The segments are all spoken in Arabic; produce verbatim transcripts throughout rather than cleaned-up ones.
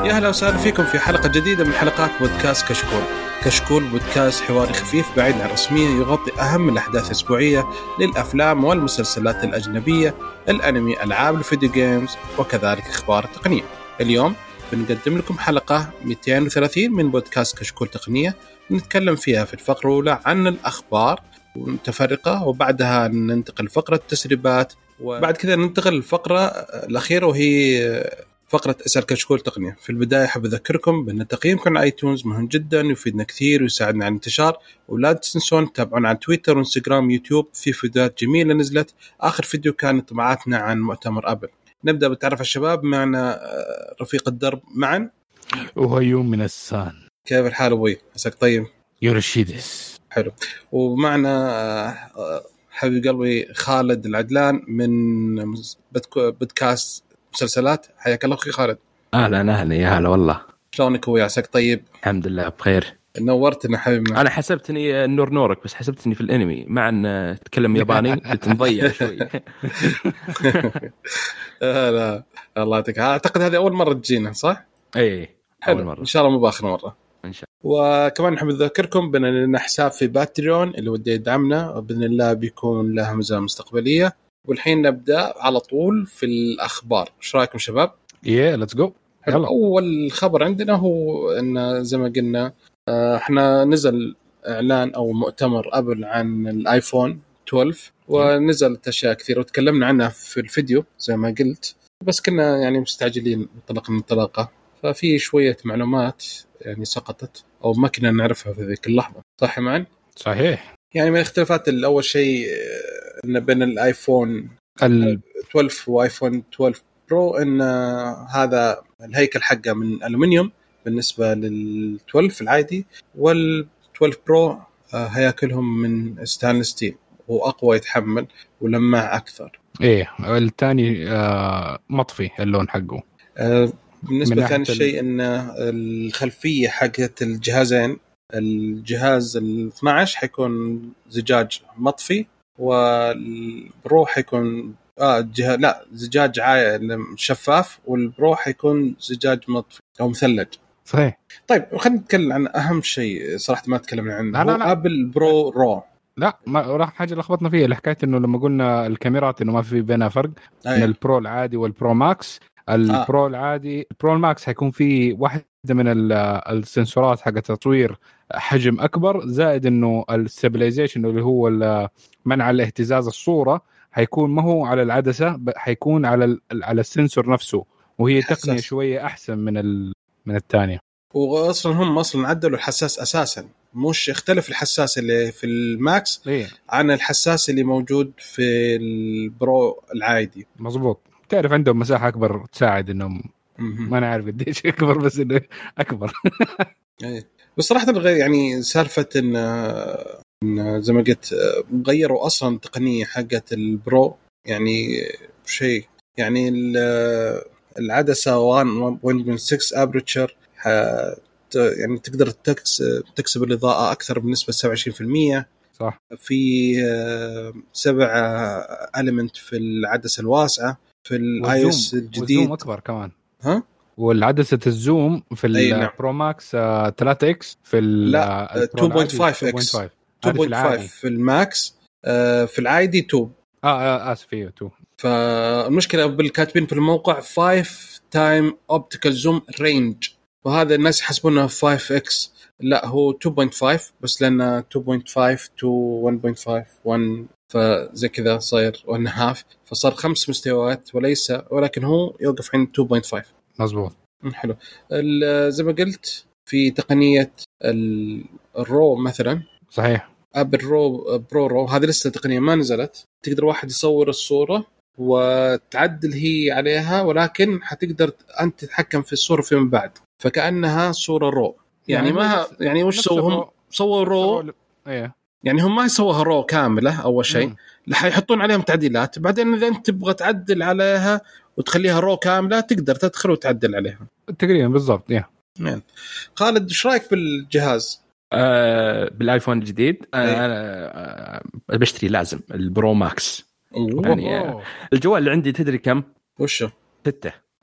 يا هلا وسهلا فيكم في حلقة جديدة من حلقات بودكاست كشكول. كشكول بودكاست حواري خفيف بعيد عن الرسمية، يغطي أهم الأحداث الأسبوعية للأفلام والمسلسلات الأجنبية، الأنمي، ألعاب الفيديو جيمز، وكذلك أخبار التقنية. اليوم بنقدم لكم حلقة مئتين وثلاثين من بودكاست كشكول تقنية، نتكلم فيها في الفقرة الأولى عن الأخبار متفرقة، وبعدها ننتقل لفقرة التسريبات، وبعد كذا ننتقل للفقرة الأخيرة وهي فقرة أسأل كشكول تقنية. في البداية حاب أذكركم بأن تقييمكم على آيتونز مهم جدا، يفيدنا كثير ويساعدنا على الانتشار. ولا تنسون تتابعونا على تويتر وإنستغرام ويوتيوب، في فيديوهات جميلة نزلت. آخر فيديو كان طبعاتنا عن مؤتمر أبل. نبدأ بالتعرف على الشباب. معنا رفيق الدرب معا وهيوم من السان. كيف الحال أبوي؟ عساك طيب؟ يورشيدس. حلو. ومعنا حبيب قلبي خالد العدلان من بودكاست مسلسلات. حياك الله أخي خالد. أهلا أهلا يا هلا والله. شلونك أبوي؟ عساك طيب؟ الحمد لله بخير. نورتنا حبيبنا. أنا حسبتني نور نورك، بس حسبتني في الأنمي مع أن تتكلم ياباني بتنضيع شوي. لا الله يعطيك. أعتقد هذه أول مرة تجينا صح؟ إيه أول مرة. إن شاء الله مو بآخر مرة إن شاء الله. وكمان نحب نذكركم بأن لنا حساب في باتريون اللي ودي يدعمنا بإذن الله بيكون له مزايا مستقبلية. والحين نبدأ على طول في الأخبار. إيش رأيكم شباب؟ yeah let's go. يلا. أول خبر عندنا هو أن زي ما قلنا احنا نزل إعلان أو مؤتمر أبل عن الآيفون اثنا عشر، ونزلت أشياء كثيرة وتكلمنا عنها في الفيديو زي ما قلت، بس كنا يعني مستعجلين انطلق من انطلاقة، ففي شوية معلومات يعني سقطت أو ما كنا نعرفها في ذيك اللحظة. صح معن؟ صحيح. يعني من الاختلافات الأول شيء إن بين الآيفون ال اثنا عشر وآيفون اثنا عشر برو إن هذا الهيكل حقه من ألومنيوم بالنسبة لل اثنا عشر العادي، وال اثنا عشر برو هياكلهم من ستانلس ستيل وأقوى يتحمل ولمع أكثر. إيه الثاني آه مطفي اللون حقه. آه بالنسبة ثاني شيء إن الخلفية حقت الجهازين، الجهاز ال اثنا عشر حيكون زجاج مطفي، والبرو حيكون آه جهاز لا زجاج عاية شفاف، والبرو حيكون زجاج مطفي أو مثلج. صحيح. طيب خلينا نتكلم عن أهم شيء صراحة ما تكلمنا عنه. لا لا لا. أبل برو رو لا ما راح حاجة لخبطنا فيها الحكاية إنه لما قلنا الكاميرات إنه ما في بينها فرق بين البرو العادي والبرو ماكس. البرو آه. العادي البرو الماكس حيكون في واحدة من السنسورات حق تطوير حجم أكبر، زائد إنه الستابلايزيشن اللي هو منع الاهتزاز الصورة حيكون ما هو على العدسة، حيكون على على السنسور نفسه، وهي حساس. تقنية شوية أحسن من ال من الثانية. وأصلا هم أصلا عدلوا الحساس أساسا، مش يختلف الحساس اللي في الماكس إيه؟ عن الحساس اللي موجود في البرو العادي. مظبوط. تعرف عندهم مساحة أكبر تساعد إنهم ما نعرف قديش أكبر، بس إنه أكبر. إيه. بصراحة الغير يعني سالفة إن إن زي ما قلت غيروا أصلا تقنية حقة البرو، يعني شيء يعني العدسة واحد فاصلة ستة أبرتشر يعني تقدر تكسب الإضاءة أكثر بنسبة سبعة وعشرين بالمئة. صح. في سبع إليمنت في العدسة الواسعة في الاي اس الجديد، والزوم أكبر كمان. ها؟ والعدسة الزوم في البرو ماكس ثلاثة إكس في لا اثنين فاصلة خمسة إكس اثنين فاصلة خمسة في الماكس. في العادي اثنين اه, آه اسف ايوه اثنين. فالمشكلة بالكاتبين في الموقع خمسة تايم اوبتيكال زوم رينج، وهذا الناس يحسبونه خمسة إكس، لا هو اثنين فاصلة خمسة بس لأن اثنين فاصلة خمسة تو واحد فاصلة خمسة واحد، فزي كذا صاير وان هاف، فصار خمس مستويات وليس، ولكن هو يوقف عند اثنين فاصلة خمسة. مظبوط. حلو. زي ما قلت في تقنية الرو مثلا. صحيح. أبل رو برو رو هذه لسه تقنية ما نزلت، تقدر واحد يصور الصورة وتعدل هي عليها، ولكن حتقدر أنت تتحكم في الصورة فيما بعد، فكأنها صورة رو يعني, يعني ما يعني وش سوهم سووا رو ايه يعني هم ما يسووها رو كاملة أول شيء، حيحطون عليهم تعديلات، بعدين إذا أنت تبغى تعدل عليها وتخليها رو كاملة تقدر تدخل وتعدل عليها تقريبا بالضبط. يا يعني. خالد ايش رايك بالجهاز؟ آه بالايفون الجديد. آه انا آه بشتري لازم البرو ماكس. يعني آه الجوال اللي عندي تدري كم؟ وشه؟ ستة.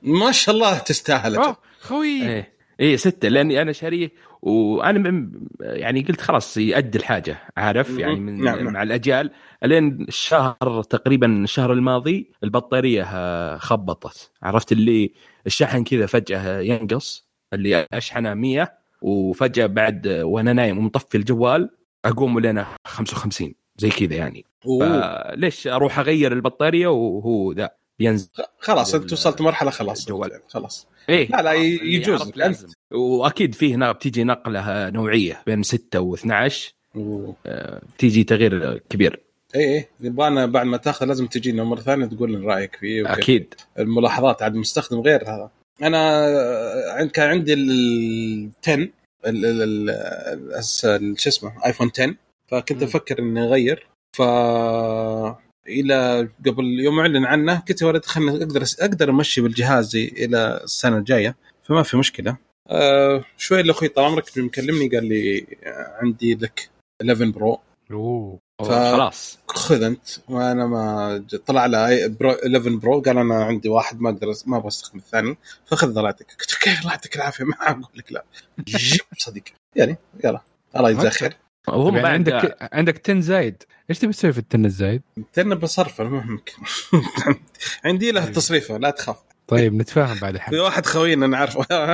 ما شاء الله تستاهل اه خوي. ايه ايه ستة، لاني انا شاريه وانا يعني قلت خلاص يؤدي الحاجه، عارف يعني من نعم. مع الاجيال. لين الشهر تقريبا الشهر الماضي البطاريه خبطت، عرفت اللي الشحن كذا فجاه ينقص، اللي اشحنه مية وفجاه بعد وانا نايم ومطفي الجوال اقوم لنا خمسة وخمسين زي كذا يعني. فليش اروح اغير البطاريه وهو ذا ينزل؟ خلاص انت وصلت مرحله خلاص الجوال. خلاص إيه؟ لا لا يجوز لازم. واكيد فيه هنا بتيجي نقله نوعيه بين ستة واثنى عشر، تيجي تغيير كبير. ايه ايه يبغانا بعد ما تاخذ لازم تجينا مره ثانيه تقول لنا رايك فيه وكيف. اكيد الملاحظات على المستخدم غير هذا. انا كان عندي ال عشرة ال شو اسمه ايفون عشرة، فكنت افكر اني اغير. ف الى قبل يوم اعلن عنه كنت وريت خلنا اقدر اقدر امشي بالجهاز الى السنه الجايه، فما في مشكله. أه شوي الاخوي طال عمرك مكلمني قال لي عندي لك إحدى عشر برو. اوه خلاص خذ انت. وانا ما طلع على برو إحدى عشر برو قال انا عندي واحد ما اقدر ما بستخدم الثاني، فخذ ضلعتك. قلت كيف الله يعطيك العافيه ما اقول لك لا جيب صديق يعني يلا الله يجزاه خير. طيب يعني عندك عندك عشرة زايد، ايش تبي تسوي في التن الزايد؟ التن بصرفه المهم عندي له تصريفه لا تخاف. طيب نتفاهم بعد حق. في واحد خوينا نعرفه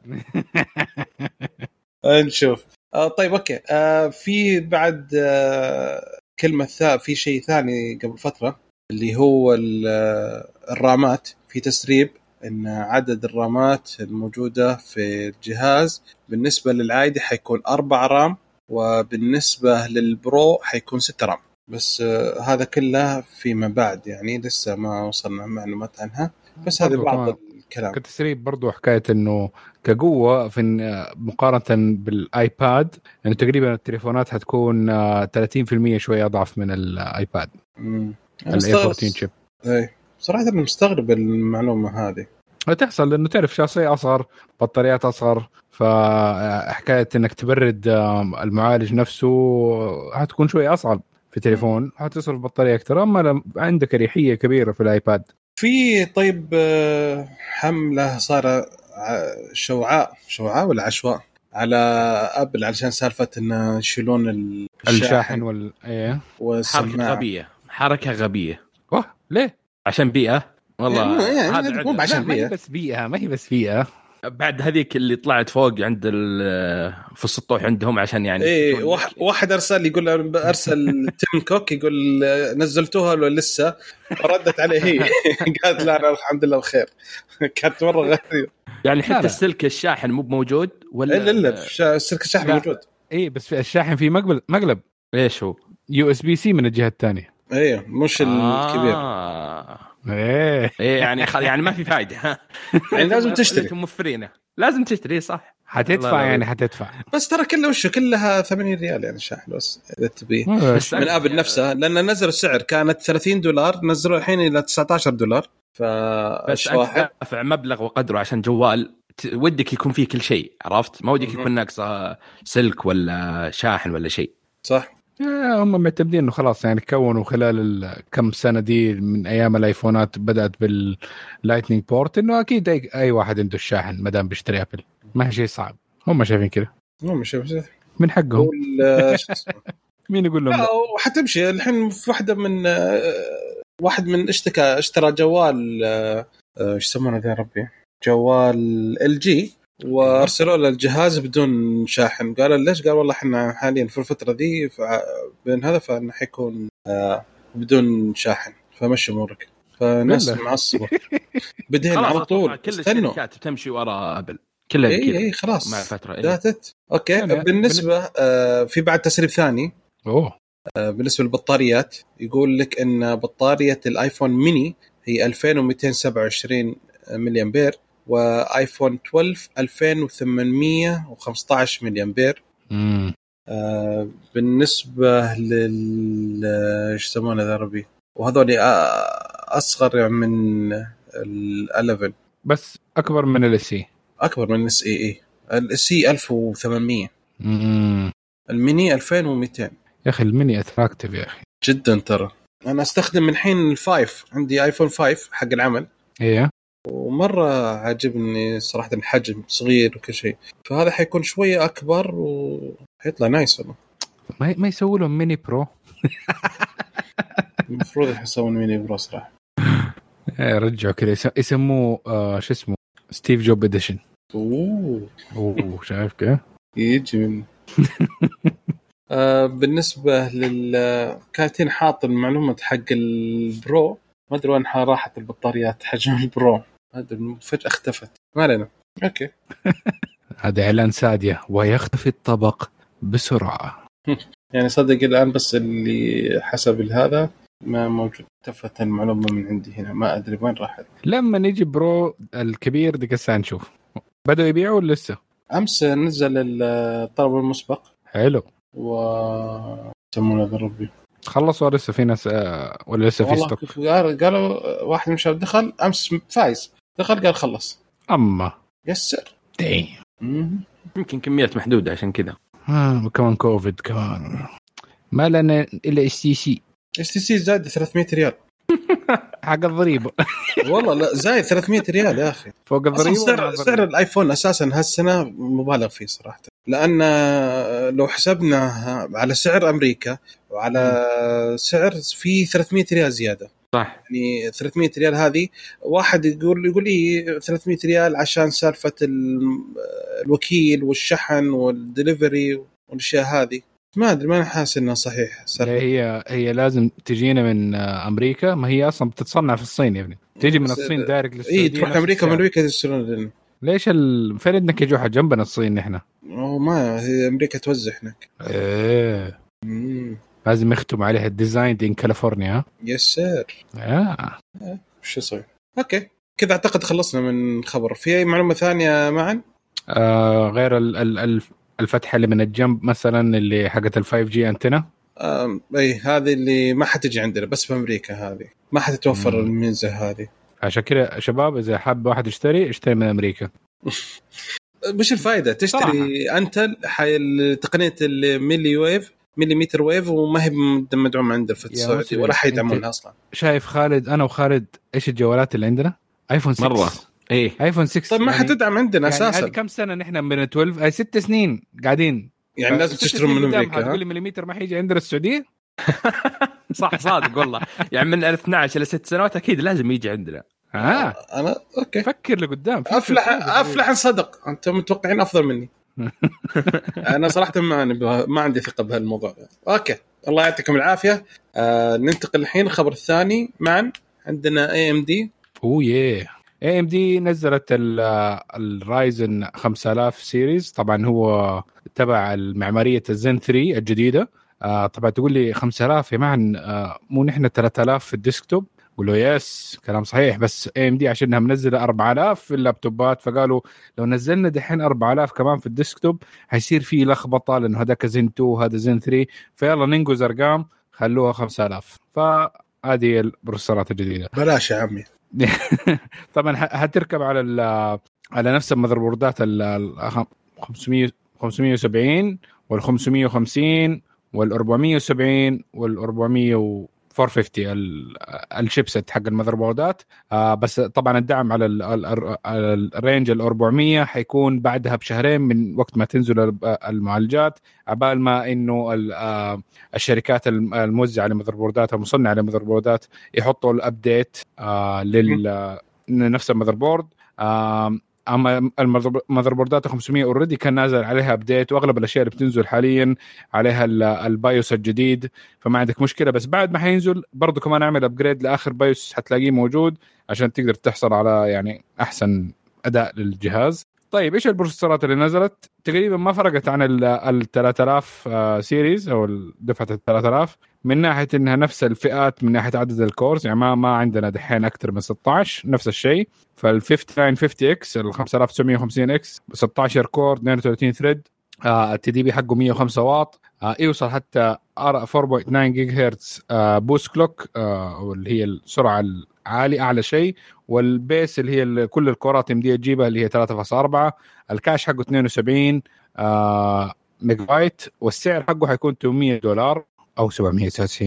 نشوف. آه طيب اوكي. آه في بعد آه كلمه ثا في شيء ثاني قبل فتره اللي هو الرامات. في تسريب ان عدد الرامات الموجوده في الجهاز بالنسبه للعادي حيكون أربعة رام، وبالنسبة للبرو حيكون ستة رام. بس آه هذا كله فيما بعد يعني لسه ما وصلنا معلومات عنها، بس هذا بعض الكلام. كتسريب برضو حكاية انه كقوة في مقارنة بالايباد يعني تقريبا التليفونات هتكون آه ثلاثين بالمية شوية اضعف من الايباد. الاي أربعتاشر شيب. اي صراحة انا مستغرب المعلومة هذه. هتحصل لانه تعرف شاصية اصغر، بطاريات اصغر، فحكاية انك تبرد المعالج نفسه هتكون شوية اصعب في تليفون، هتصرف بطارية اكثر. اما عندك ريحية كبيرة في الايباد. في طيب حملة صار شوعاء شوعاء ولا عشواء على ابل علشان سالفة انه يشيلون الشاحن, الشاحن وال ايه حركة غبية حركة غبية. واه ليه؟ عشان بيئة والله. يعني هذا مو عشان بيئة، ما هي بس بيئة ما هي بس بيئة. بعد هذيك اللي طلعت فوق عند في السطوح عندهم عشان يعني ايه واحد, واحد ارسل يقول ارسل تيم كوك يقول نزلتوها ولا لسه؟ ردت عليه هي قالت لا الحمد لله بخير. كانت مره غريبه يعني حتى السلك الشاحن مو موجود ولا لا لا السلك الشاحن لا. موجود ايه بس في الشاحن في مقلب مقلب ايش هو يو اس بي سي من الجهه الثانيه. ايه مش الكبير. آه. ايه ايه يعني خل... يعني ما في فايده يعني لازم تشتري. موفرينه لازم تشتري صح. حتدفع يعني حتدفع بس ترى كله وش كلها ثمانين ريال يعني الشاحن بس اذا تبيه من ابل نفسها، لان نزلوا السعر كانت ثلاثين دولار نزلوا الحين الى تسعة عشر دولار. بس واحد دفع مبلغ وقدره عشان جوال ودك يكون فيه كل شيء، عرفت؟ ما ودك يكون ناقصه سلك ولا شاحن ولا شيء. صح. هم معتمدين انه خلاص يعني كونوا خلال كم سنه دي من ايام الايفونات بدات باللايتنينج بورت انه اكيد اي, أي واحد عنده الشاحن ما دام بيشتري ابل، ما هي شيء صعب. هم شايفين كده، هم شايفين من حقهم. مين يقول لهم؟ وحتمشي الحين في واحده من واحد من اشتكى اشترى جوال ايش يسمونه يا ربي جوال ال جي وارسلوا له الجهاز بدون شاحن. قال ليش؟ قال والله احنا حاليا في الفتره دي بين هذا فانه حيكون بدون شاحن فمشي امورك. فناس معصبه بدهن على طول. كل الشركات بتمشي وراء ابل كلها كذا. اي خلاص مع فتره إيه. داتت اوكي. يعني بالنسبه بالنسبة... آه في بعد تسريب ثاني. اوه آه بالنسبه للبطاريات يقول لك ان بطاريه الايفون ميني هي ألفين ومئتين وسبعة وعشرين ملي امبير، وايفون اثنا عشر ألفين وثمانمئة وخمسة عشر ملي امبير. امم آه بالنسبه لل ايش يسمونه ذا ربي، وهذول اصغر من ال11 بس اكبر من السي اكبر من الاس اي اي. السي ألف وثمانمئة. امم الميني ألفين ومئتين. يا اخي الميني اتراكتيف يا اخي جدا. ترى انا استخدم من حين الفايف، عندي ايفون فايف حق العمل. ايه ومرة عجبني صراحة الحجم صغير وكل شيء، فهذا حيكون شوية أكبر وحيطلع نايس والله. ما ما يسوي لهم ميني برو. المفروض يسوون ميني برو صراحة. رجعوا كذا يسموه آه شو اسمه ستيف جوب اديشن. اوه اوه شايف كيف يجي من آه بالنسبة لل كانت هنا حاط المعلومة حق البرو، ما أدري وين راحت البطاريات حجم البرو، ما أدري فجأة اختفت، ما علينا. أوكي. هذا إعلان سادية ويختفي الطبق بسرعة. يعني صدق الآن بس اللي حسب هذا ما موجود، اختفت المعلومة من عندي هنا، ما أدري وين راحت. لما نيجي برو الكبير ديك الساعة نشوف بدأوا يبيعوا ولا لسه؟ أمس نزل الطلب المسبق. حلو. و سمونا بربي خلصوا لسه في ناس ولا لسه في ستوك؟ قالوا واحد من الشباب دخل أمس فايز دخل قال خلص. أما يسر دايم يمكن كميات محدودة عشان كذا. آه وكمان كوفيد كمان ما لنا إلا اس تي سي. اس تي سي زاد ثلاثمية ريال حق الضريبة. والله لا زايد ثلاثمية ريال يا أخي فوق الضريبة. سعر, سعر الآيفون أساسا هالسنة مبالغ فيه صراحة، لأن لو حسبنا على سعر أمريكا وعلى سعر في ثلاثمية ريال زيادة. صح. يعني ثلاثمية ريال هذه واحد يقول يقول لي ثلاثمية ريال عشان سالفة الوكيل والشحن والدليفري والأشياء هذه، ما أدري ما حاسس إنها صحيح. هي هي لازم تجينا من أمريكا، ما هي أصلا بتتصنع في الصين يا ابني، تيجي من الصين دايركت للسعودية. إيه تروح أمريكا من أمريكا تشترون. ليش الفرد كيجوها جنبنا الصين نحن؟ أو ما هي أمريكا توزع هناك. إيه. مم. لازم يختم عليها الديزاين دي إن كاليفورنيا. يس سير. آه. شو يصير؟ أوكي كذا أعتقد خلصنا من خبر. في أي معلومة ثانية معا؟ آه غير ال ال الفتحة اللي من الجنب مثلا اللي حقت الفايف جي أنتنا. آه أي هذه اللي ما حتجي عندنا بس في أمريكا، هذه ما حتتوفر الميزة هذه. عشان كده شباب إذا حاب واحد يشتري اشتري من أمريكا. مش الفائدة تشتري أنت حي تقنية الميلي ويف مليمتر ويف وما هي مدعومة عندنا في السعودية ولا حيدعمونها أصلا. شايف خالد أنا وخالد إيش الجوالات اللي عندنا؟ آيفون ستة مرة. إيه آيفون ستة. طيب ما يعني حتدعم عندنا يعني أساسا. هذه كم سنة نحن من اثنا عشر أي ست سنين قاعدين يعني لازم تشترون من أمريكا. تقول لي مليمتر ما حيجي عندنا السعودية؟ صح صادق والله. يعني من اثنا عشر إلى ست سنوات أكيد لازم يجي عندنا. آه. أنا أوكي فكر لقدام. أفلح أفلح صدق. أنتم متوقعين أفضل مني. أنا صراحة ما ما عندي ثقة بهالموضوع. أوكي الله يعطيكم العافية. آه ننتقل الحين الخبر الثاني معا. عندنا إيه إم دي. أوه يه إيه إم دي نزلت الرايزن خمسة آلاف سيريز. طبعا هو تبع المعمارية الزن ثري الجديدة. آه طبعا تقول لي خمسة آلاف يا معن آه مو نحن ثلاثة آلاف في الديسكتوب. قولوا يس كلام صحيح، بس إيه إم دي عشانها منزلة أربعة آلاف في اللابتوبات، فقالوا لو نزلنا دحين أربعة آلاف كمان في الديسكتوب هيصير فيه لخبطة لأنه هذاك زين تو وهذا زين ثري، فيلا ننجز أرقام خلوها خمسة آلاف. فهذه البروسيسورات الجديدة بلاش يا عمي. طبعا هتركب على على نفس المذربوردات ال خمسمية خمسمية وسبعين وال خمسمية وخمسين وال أربعمية وسبعين وال أربعمية أربعمية وخمسين الشيبسيت حق المذربوردات. آه بس طبعا الدعم على الرينج ال أربعمية حيكون بعدها بشهرين من وقت ما تنزل المعالجات، عبال ما انه الشركات الموزعه للمذربوردات المصنعه للمذربوردات يحطوا الابديت آه لل نفس المذربورد. آه اما المذربوردات خمسمية اوريدي كان نازل عليها ابديت، واغلب الاشياء اللي بتنزل حاليا عليها البايوس الجديد، فما عندك مشكله. بس بعد ما حينزل برضو كمان اعمل ابجريد لاخر بايوس حتلاقيه موجود عشان تقدر تحصل على يعني احسن اداء للجهاز. طيب ايش البروسيسورات اللي نزلت؟ تقريبا ما فرقت عن ال ثلاثة آلاف سيريز او دفعه ال ثلاثة آلاف من ناحيه انها نفس الفئات، من ناحيه عدد الكورز يعني ما ما عندنا دحين اكثر من ستة عشر نفس الشيء. فال خمسة آلاف وتسعمية وخمسين اكس ال خمسة آلاف وتسعمية وخمسين اكس ستة عشر كور اثنين وثلاثين ثريد، آه التي دي بي حقه مية وخمسة واط، آه يوصل حتى أربعة فاصلة تسعة جيجا هرتز آه بوست كلوك آه واللي هي السرعه العاليه اعلى شيء، والبيس اللي هي كل الكورات يمديها تجيبها اللي هي ثلاثة فاصلة أربعة. الكاش حقه اثنين وسبعين آه ميجا بايت، والسعر حقه حيكون ثمانمية دولار او سبعمية وتسعين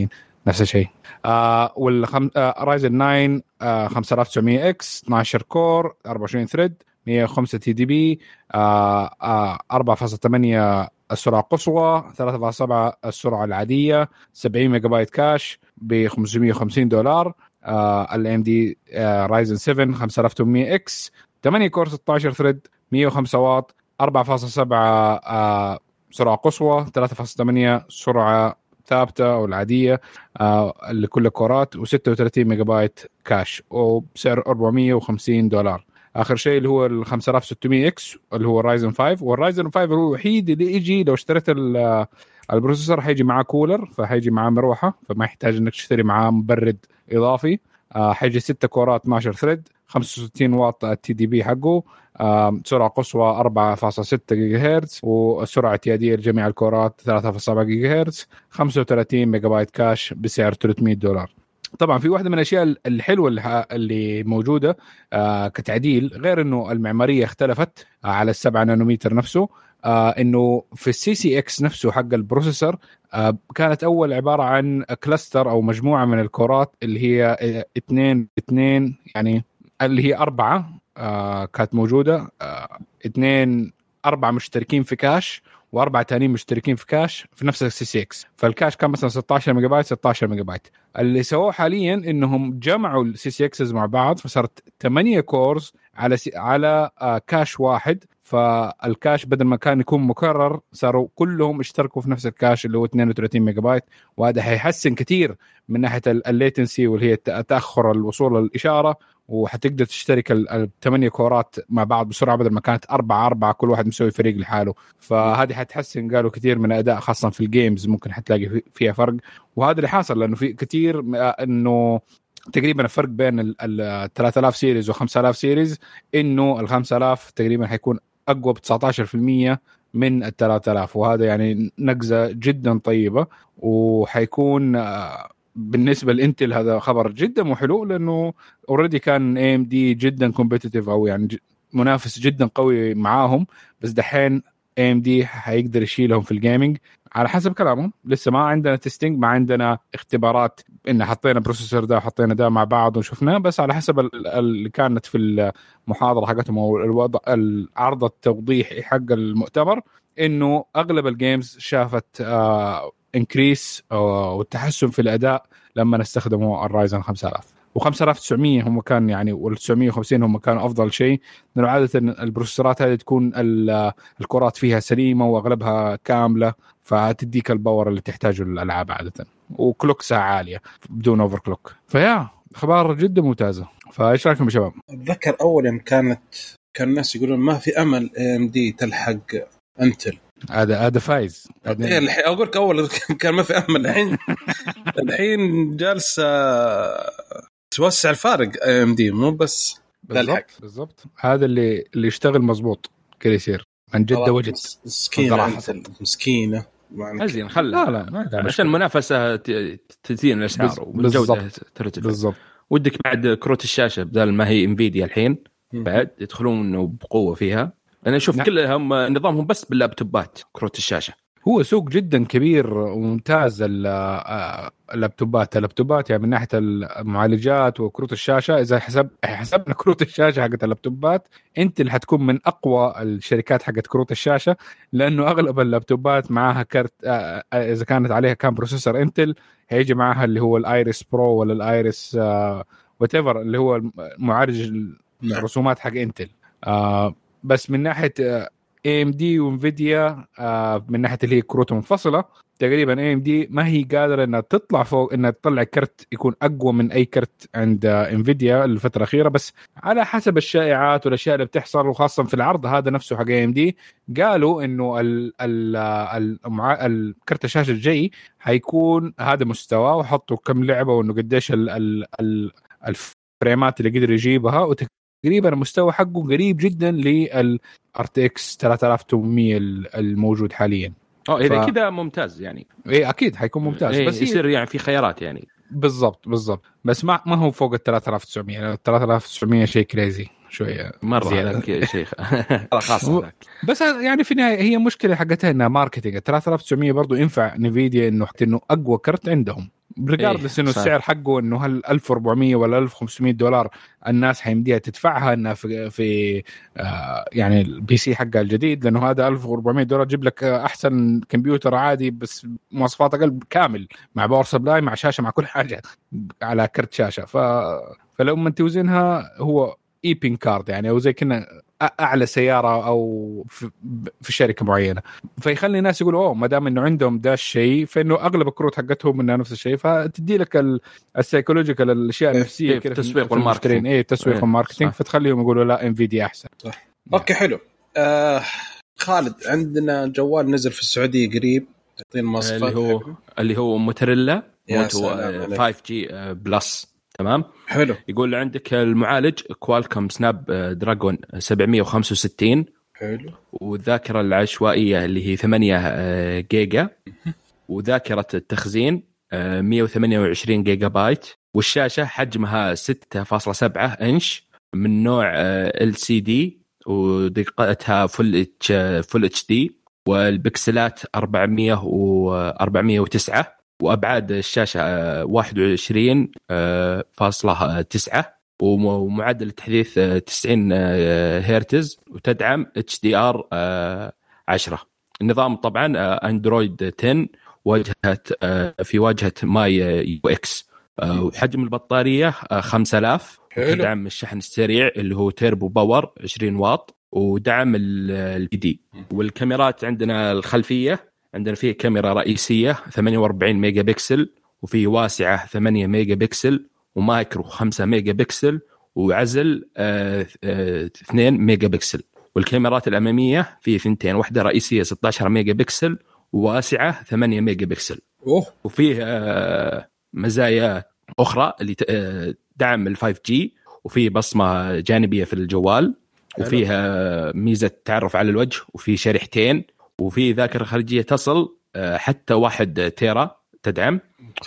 نفس الشيء. آه والخم آه رايزن تسعة آه خمسة آلاف وتسعمية اكس اثناشر كور أربعة وعشرين ثريد مية وخمسة تي دي بي آه آه أربعة فاصلة ثمانية السرعة القصوى ثلاثة فاصلة سبعة السرعة العادية سبعين ميجا بايت كاش ب خمسمية وخمسين دولار. آه ال إم دي آه رايزن سبعة خمسة آلاف وثمانمية اكس ثمانية كور ستة عشر ثريد مية وخمسة واط أربعة فاصلة سبعة آه سرعة قصوى ثلاثة فاصلة ثمانية سرعة ثابتة أو العادية آه لكل الكورات وستة وثلاثين ميجا بايت كاش وبسعر أربعمية وخمسين دولار. آخر شيء اللي هو ال خمسة آلاف وستمية اكس اللي هو رايزن خمسة والرايزن خمسة هو الوحيد اللي يجي لو اشتريت البروسيسور حيجي معاه كولر فحيجي معاه مروحة فما يحتاج انك تشتري معاه مبرد إضافي. آه حيجي ستة كورات اثناشر ثريد خمسة وستين واط التي دي بي حقه آه سرعة قصوى أربعة فاصلة ستة جيجا هرتز والسرعة اعتيادية لجميع الكورات ثلاثة فاصلة سبعة جيجا هرتز خمسة وثلاثين ميجا بايت كاش بسعر ثلاثمية دولار. طبعا في واحدة من الأشياء الحلوة اللي موجودة آه كتعديل غير إنه المعمارية اختلفت آه على السبعة نانومتر نفسه آه إنه في السي سي إكس نفسه حق البروسيسور آه كانت أول عبارة عن كلاستر أو مجموعة من الكورات اللي هي اثنين اثنين يعني اللي هي أربعة آه كانت موجودة آه اثنين أربعة مشتركين في كاش وأربعة تانيين مشتركين في كاش في نفس السي سي إكس فالكاش كان مثلا ستة عشر ميجا بايت ستة عشر ميجا بايت. اللي سووه حاليا إنهم جمعوا السي سي إكسز مع بعض فصارت ثمانية كورز على سي... على آه كاش واحد فالكاش بدل ما كان يكون مكرر صاروا كلهم اشتركوا في نفس الكاش اللي هو اثنين وثلاثين ميجا بايت وهذا هيحسن كثير من ناحية الليتنسي واللي هي تأخر الوصول للإشارة وحتقدر تشترك الثمانية كورات مع بعض بسرعة بدل ما كانت أربعة أربعة كل واحد مسوي فريق لحاله فهذه حتحسن قالوا كثير من الأداء خاصة في الجيمز ممكن حتلاقي فيها فرق وهذا اللي حاصل لأنه في كثير إنه تقريبا الفرق بين ال ثلاثة آلاف سيريز و خمسة آلاف سيريز إنه ال خمسة آلاف تقريبا حيكون أقوى ب تسعة عشر بالمية من ال ثلاثة آلاف وهذا يعني نقزة جدا طيبة وحيكون بالنسبة لإنتل هذا خبر جدا محلو لأنه already كان إيه إم دي جدا competitive أو يعني منافس جدا قوي معاهم بس دحين إيه إم دي هيقدر يشيلهم في الجيمينج على حسب كلامهم. لسه ما عندنا تيستينج ما عندنا اختبارات إن حطينا بروسيسور ده وحطينا ده مع بعض وشفناه بس على حسب اللي كانت في المحاضرة حقتهم أو الوضع العرض التوضيحي حق المؤتمر إنه أغلب الجيمز شافت آه انكريس والتحسن في الاداء لما نستخدموا الرايزن خمسة آلاف و5900 هم كان يعني وال950 هم كانوا افضل شيء لانه عاده البروسيسورات هذه تكون الكرات فيها سليمه واغلبها كامله فتديك الباور اللي تحتاجه الالعاب عاده وكلوك ساعه عاليه بدون اوفر كلوك. فيا اخبار جدا ممتازه. فايش رايكم يا شباب؟ اتذكر اولا كانت كان الناس يقولون ما في امل إيه إم دي تلحق انتل هذا هذا فايز الحين اقول لك اول كان ما في امل الحين الحين جالس توسع الفارق إيه إم دي مو بس بالضبط بالضبط هذا اللي اللي يشتغل مزبوط كده يصير من جد وجد مسكينه مسكينه هزين خلى لا لا عشان المنافسه تزين الاسعار والجوده ترتفع بالضبط. ودك بعد كروت الشاشه بدل ما هي انفيديا الحين بعد يدخلون بقوه فيها. أنا أشوف نعم. كلهم نظامهم بس باللابتوبات كروت الشاشة. هو سوق جدا كبير وممتاز اللابتوبات اللابتوبات يعني من ناحية المعالجات وكروت الشاشة. إذا حسب حسبنا كروت الشاشة حقت اللابتوبات أنت اللي حتكون من أقوى الشركات حقت كروت الشاشة لأنه أغلب اللابتوبات معها كارت إذا كانت عليها كان بروسيسور انتل هيجي معها اللي هو الايريس برو ولا الايريس واتيفر اللي هو معالج الرسومات حق انتل. بس من ناحية إيه إم دي وانفيديا من ناحية اللي هي كروت منفصلة تقريبا إيه إم دي ما هي قادرة انها تطلع فوق انها تطلع كرت يكون اقوى من اي كرت عند انفيديا الفترة الأخيرة. بس على حسب الشائعات والاشياء اللي بتحصل وخاصة في العرض هذا نفسه حق إيه إم دي قالوا انه ال ال ال الكرت الشاشة الجاي هيكون هذا مستوى وحطوا كم لعبة وانه قديش ال ال ال الفريمات اللي قدر يجيبها وتك تقريبا المستوى حقه قريب جدا لل آر تي إكس ثلاثة آلاف وثمانمية الموجود حاليا. اه اذا ف... كذا ممتاز يعني ايه اكيد حيكون ممتاز إيه بس يصير يعني في خيارات يعني بالضبط بالضبط بس ما ما هو فوق ال ثلاثة آلاف وتسعمية. ال ثلاثة آلاف وتسعمية شيء كريزي شويه مره يا شيخ خاص و... بس يعني في النهايه هي مشكله حقتها انها ماركتينج. ثلاثة آلاف وتسعمية برضو ينفع نفيديا انه حتى انه اقوى كرت عندهم ريجاردلس إنه السعر حقه إنه هل ألف وأربعمية ولا ألف وخمسمية دولار الناس حيمديها تدفعها إنها في في آه يعني البي سي حقها الجديد، لأنه هذا ألف وأربعمية دولار جيب لك أحسن كمبيوتر عادي بس مواصفات أقل كامل مع باور سبلاي مع شاشة مع كل حاجة على كرت شاشة. ف فلو ما توزنها هو ايبين كارد يعني او زي كنا اعلى سياره او في, في شركه معينه، فيخلي الناس يقولوا اوه ما دام انه عندهم ده الشيء فانه اغلب الكروت حقتهم انها نفس الشيء، فتدي لك السايكولوجيكال الاشياء النفسيه كده في التسويق والماركتينج. ايه التسويق والماركتينج فتخليهم يقولوا لا انفيديا احسن. صح. اوكي حلو. آه خالد عندنا جوال نزل في السعوديه قريب تعطينا مواصفات اللي هو حقه. اللي هو موتوريلا موتو خمسة جي بلس. تمام حلو. يقول عندك المعالج كوالكوم سناب دراجون سبعمية وخمسة وستين. حلو. والذاكرة العشوائية اللي هي ثمانية جيجا. وذاكرة التخزين مية وثمانية وعشرين جيجا بايت. والشاشة حجمها ستة فاصلة سبعة إنش من نوع إل سي دي ودقتها فل اتش فل اتش دي والبكسلات أربعمية وأربعمية وتسعة وأبعاد الشاشة واحد وعشرين فاصلة تسعة ومعدل التحديث تسعين هرتز وتدعم اتش دي ار عشرة. النظام طبعا اندرويد عشرة واجهة في واجهة ماي يو اكس. وحجم البطارية خمسة آلاف. تدعم الشحن السريع اللي هو تيربو باور عشرين واط ودعم البي دي. والكاميرات عندنا الخلفية عندنا فيه كاميرا رئيسية ثمانية وأربعين ميجا بكسل وفيه واسعة ثمانية ميجا بكسل ومايكرو خمسة ميجا بكسل وعزل آه آه اثنين ميجا بكسل. والكاميرات الأمامية فيه ثنتين واحدة رئيسية ستة عشر ميجا بكسل وواسعة ثمانية ميجا بكسل. أوه. وفيه آه مزايا أخرى اللي آه دعم الفايف جي وفيه بصمة جانبية في الجوال وفيها ميزة تعرف على الوجه وفيه شريحتين وفي ذاكرة خارجية تصل حتى واحد تيرا تدعم.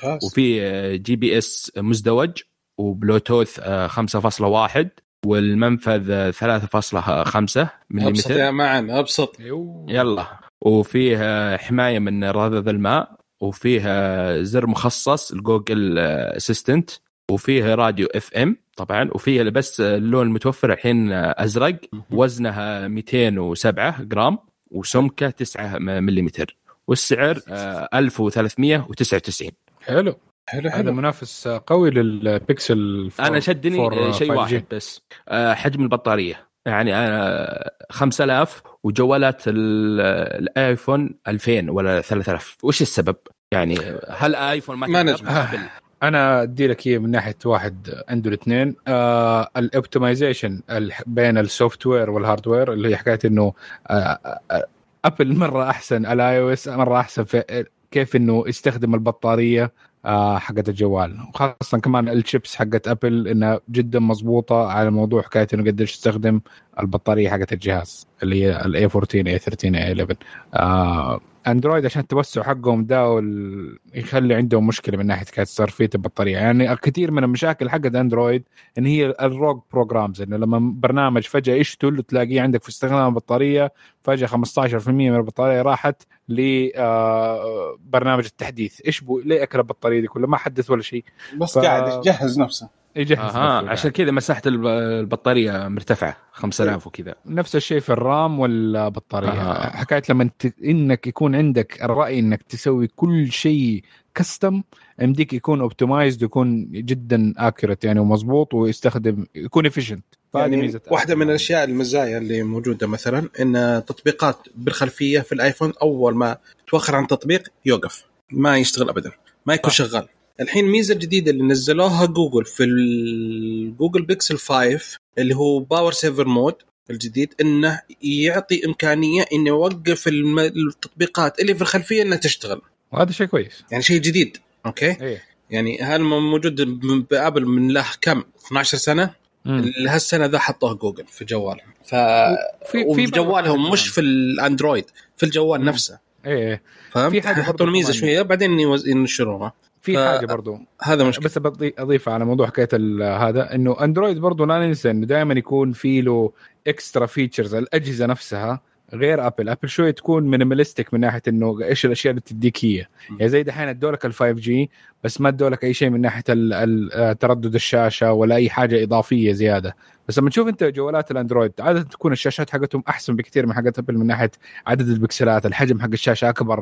وفي جي بي اس مزدوج وبلوتوث خمسة فاصلة واحد والمنفذ ثلاثة فاصلة خمسة ملم. أبسط يا معن أبسط. يلا. وفيها حماية من رذاذ الماء وفيها زر مخصص الجوجل اسيستنت وفيها راديو اف ام طبعا. وفيها بس اللون المتوفر الحين ازرق. وزنها مئتين وسبعة جرام وسمكه تسعة ملم. والسعر ألف وثلاثمية وتسعة وتسعين. حلو حلو هذا منافس قوي للبيكسل. انا شدني شيء واحد بس حجم البطاريه يعني خمسة آلاف وجوالات الايفون ألفين ولا ثلاثة آلاف. وش السبب يعني؟ هل ايفون ما نجم؟ انا ادي لك اياه من ناحيه واحد عنده الاثنين. آه الاوبتمايزيشن بين السوفت وير والهاردوير اللي هي حكايه انه آه ابل مره احسن على اي او اس مره احسن في كيف انه يستخدم البطاريه آه حقت الجوال وخاصه كمان الشيبس حقت ابل انها جدا مضبوطه على موضوع حكايه انه قدرش تستخدم البطاريه حقت الجهاز اللي هي الاي أربعتاشر اي ثلاثة عشر اي إحدى عشر. آه اندرويد عشان التوسع حقهم ده وال... يخلي عندهم مشكله من ناحيه كانت صرفيه البطاريه. يعني الكثير من المشاكل حقت اندرويد ان هي الروج بروجرامز انه لما برنامج فجاه يشتل تلاقيه عندك في استخدام البطاريه فجاه خمسة عشر بالمية من البطاريه راحت لبرنامج التحديث. ايش بو ليه اكل البطاريه دي كلها ما حدث ولا شيء بس ف... قاعد يجهز نفسه يجهز آه نفسه عشان كذا مساحه البطاريه مرتفعه خمسة آلاف وكذا. نفس الشيء في الرام والبطاريه. آه. حكايه لما ت... انك يكون عندك الراي انك تسوي كل شيء كستم عندك يكون اوبتمايزد يكون جدا اكيوريت يعني ومضبوط ويستخدم يكون افيشنت. يعني واحده من الاشياء المزايا اللي موجوده مثلا ان تطبيقات بالخلفيه في الايفون اول ما توخر عن تطبيق يوقف ما يشتغل ابدا ما يكون آه. شغال. الحين ميزه جديده اللي نزلوها جوجل في الجوجل بيكسل خمسة اللي هو باور سيفر مود الجديد انه يعطي امكانيه انه يوقف التطبيقات اللي في الخلفيه انها تشتغل. وهذا شيء كويس يعني شيء جديد. اوكي إيه. يعني هل موجود بابل من له كم اثنا عشر سنه لهالسنه ذا حطوه جوجل في جواله ف في جوالهم مش في الاندرويد في الجوال مم. نفسه. ايه في حاجه حطوا الميزه شويه بعدين ينشروها. في ف... حاجه برضو هذا مشكلة. بس اضيف على موضوع حكايه هذا انه اندرويد برضو لا ننسى انه دائما يكون في له اكسترا فيتشرز. الاجهزه نفسها غير ابل ابل شويه تكون مينيماليستيك من ناحيه انه ايش الاشياء اللي تديك هي يعني زي دحين ادولك الفايف جي بس ما ادولك اي شيء من ناحيه تردد الشاشه ولا اي حاجه اضافيه زياده. بس لما تشوف انت جوالات الاندرويد عاده تكون الشاشات حقتهم احسن بكثير من حقت ابل من ناحيه عدد البكسلات، الحجم حق الشاشه اكبر،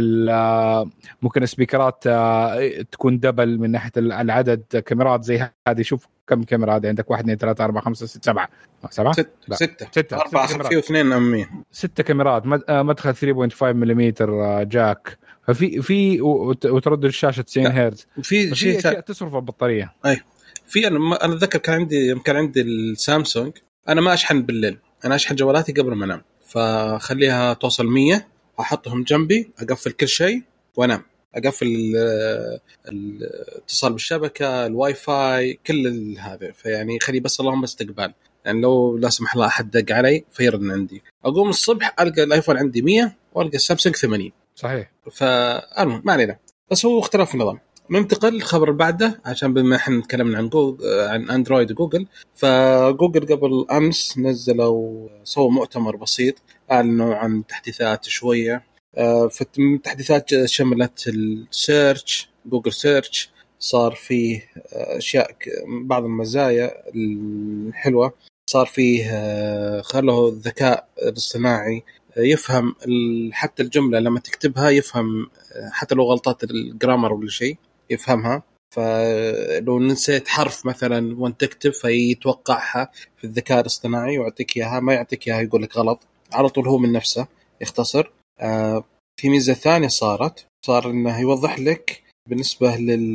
ممكن السبيكرات تكون دبل من ناحيه العدد، كاميرات زي هذه شوف كم كاميرا هذه عندك، واحد اثنين ثلاثة أربعة خمسة ستة سبعة سبعة ستة ستة أربعة خمسة واثنين أمامية ستة كاميرات، مدخل ثلاثة فاصلة خمسة ملم جاك، ففي في وتردد الشاشة تسعين هرتز، في شيء اشياء تصرف البطارية. اي في انا انا اتذكر كان عندي يمكن عندي السامسونج، انا ما اشحن بالليل، انا اشحن جوالاتي قبل ما انام، فخليها توصل مية احطهم جنبي اقفل كل شيء وانام، اقفل الاتصال بالشبكه الواي فاي كل هذا، فيعني خلي بس اللهم استقبال، يعني لو لا سمح الله احد دق علي فيرن عندي، اقوم الصبح القى الايفون عندي مية والقى السامسونج ثمانين. صحيح. فالمهم ما علينا، بس هو اختلاف النظام. ننتقل الخبر بعده عشان بما احنا تكلمنا عن جوجل عن اندرويد وجوجل، فجوجل قبل امس نزلوا سووا مؤتمر بسيط اعلنوا عن تحديثات شويه، فالتحديثات شملت السيرش، جوجل سيرش صار فيه اشياء بعض المزايا الحلوه، صار فيه خلوا الذكاء الاصطناعي يفهم حتى الجمله لما تكتبها يفهم، حتى لو غلطات الجرامر ولا شيء يفهمها، فلو نسيت حرف مثلا وانت تكتب فيتوقعها في الذكاء الاصطناعي ويعطيك اياها، ما يعطيك اياها يقول لك غلط على طول، هو من نفسه يختصر. آه في ميزه ثانيه صارت صار انه يوضح لك بالنسبه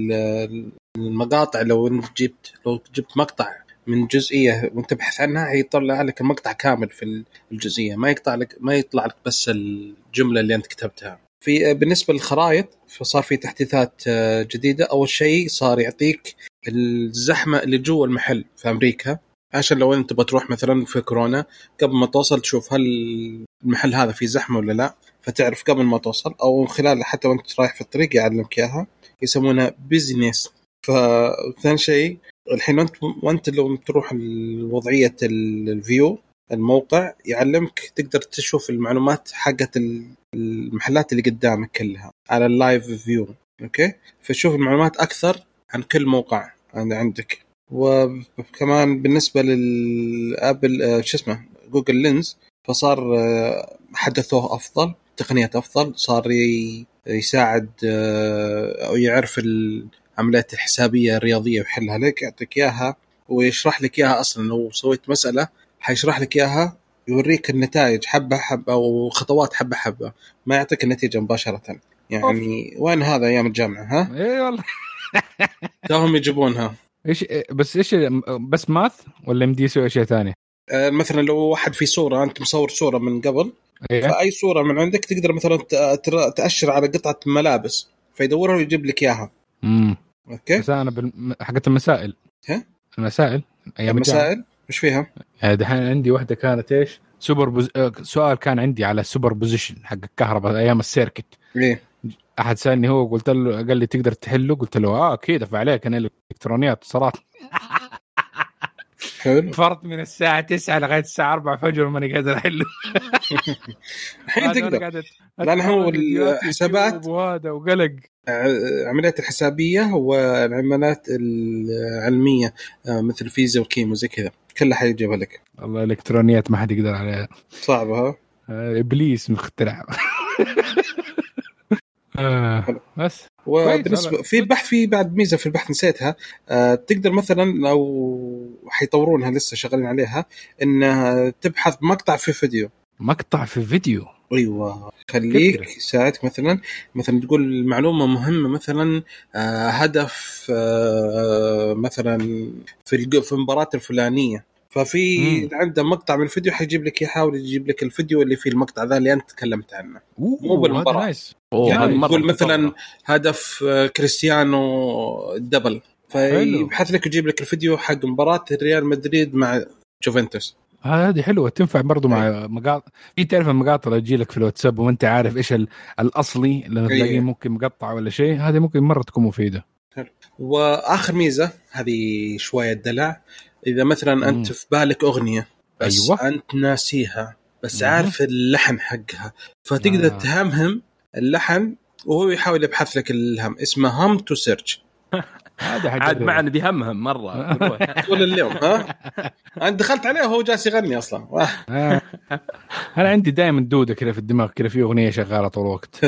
للمقاطع، لو انت جبت لو جبت مقطع من جزئيه وانت تبحث عنها هيطلع لك المقطع كامل في الجزئيه، ما يقطع لك ما يطلع لك بس الجمله اللي انت كتبتها. في بالنسبه للخرائط فصار في تحديثات جديده، اول شيء صار يعطيك الزحمه اللي جوا المحل في امريكا، عشان لو انت بتروح مثلا في كورونا قبل ما توصل تشوف هل المحل هذا فيه زحمه ولا لا، فتعرف قبل ما توصل، او خلال حتى وانت رايح في الطريق يعلمك اياها، يسمونها بيزنس. فثاني شيء الحين وانت وانت لو تروح الوضعيه الفيو الموقع يعلمك تقدر تشوف المعلومات حقت المحلات اللي قدامك كلها على اللايف فيو، اوكي، فتشوف المعلومات اكثر عن كل موقع عندك. وكمان بالنسبه للابل شو اسمه جوجل لينز، فصار حدثوه افضل، تقنيات افضل، صار يساعد او يعرف العمليات الحسابيه الرياضيه ويحلها لك، يعطيك اياها ويشرح لك اياها، اصلا لو سويت مساله حيشرح لك اياها، يوريك النتائج حبه حبه او خطوات حبه حبه، ما يعطيك النتيجه مباشره. يعني وين هذا ايام الجامعه؟ ها اي والله توهم يجيبونها. ايش بس ايش بس ماث ولا مدي يسوي اشياء ثانيه؟ آه مثلا لو واحد في صوره انت مصور صوره من قبل، إيه؟ فاي صوره من عندك تقدر مثلا تاشر على قطعه ملابس فيدورها ويجيب لك اياها. امم اوكي. بس انا بال... حقت المسائل، ها المسائل ايام المسائل مش فيها. دحين عندي واحده كانت ايش سوبر بوز... سؤال كان عندي على السوبر بوزيشن حق الكهرباء ايام السيركت. ليه احد سالني هو، قلت له، قال لي تقدر تحله، قلت له اه اكيد افعل عليك انا الالكترونيات صراحه. حلو. فرط من الساعه تسعة لغايه الساعه أربعة فجر ماني قادر احله. الحين تقدر، لان هو الحسابات وهذا وقلق عمليات الحسابيه والعمليات العلميه مثل فيزياء وكيمياء زي كذا كلها حيجيبها لك. الله الالكترونيات ما حد يقدر عليها، صعبه ها، ابليس مخترع. آه بس. وبالنسبه في بحث في بعد ميزه في البحث نسيتها، آه تقدر مثلا لو حيطورونها لسه شغالين عليها، ان تبحث مقطع في فيديو. مقطع في فيديو ايوه، خليك يساعدك مثلا مثلا تقول معلومه مهمه، مثلا آه هدف آه مثلا في في المباراه الفلانيه، ففي عنده مقطع من الفيديو حيجيب لك، يحاول يجيب لك الفيديو اللي فيه المقطع ذا اللي انت تكلمت عنه، مو بالمباراه. يعني يقول مثلا هدف كريستيانو دبل، فيبحث لك يجيب لك الفيديو حق مباراه ريال مدريد مع جوفنتوس. هذه حلوه تنفع برضو مع مقاطع، في تعرف المقاطع اللي تجي لك في الواتساب وانت عارف ايش الاصلي اللي تلاقيه ممكن مقطع ولا شيء، هذه ممكن مره تكون مفيده. واخر ميزه هذه شويه دلع، اذا مثلا انت في بالك اغنيه بس أيوة. انت ناسيها، بس عارف اللحن حقها، فتقدر آه. تهمهم اللحن وهو يحاول يبحث لك الهم. اسمه هم تو سيرش. هذا عاد معنا بيهمهم مرة طول اليوم. ها أنا دخلت عليه وهو جالس يغني أصلا. أنا عندي دائما دودة كده في الدماغ كده، في أغنية شغالة طول الوقت.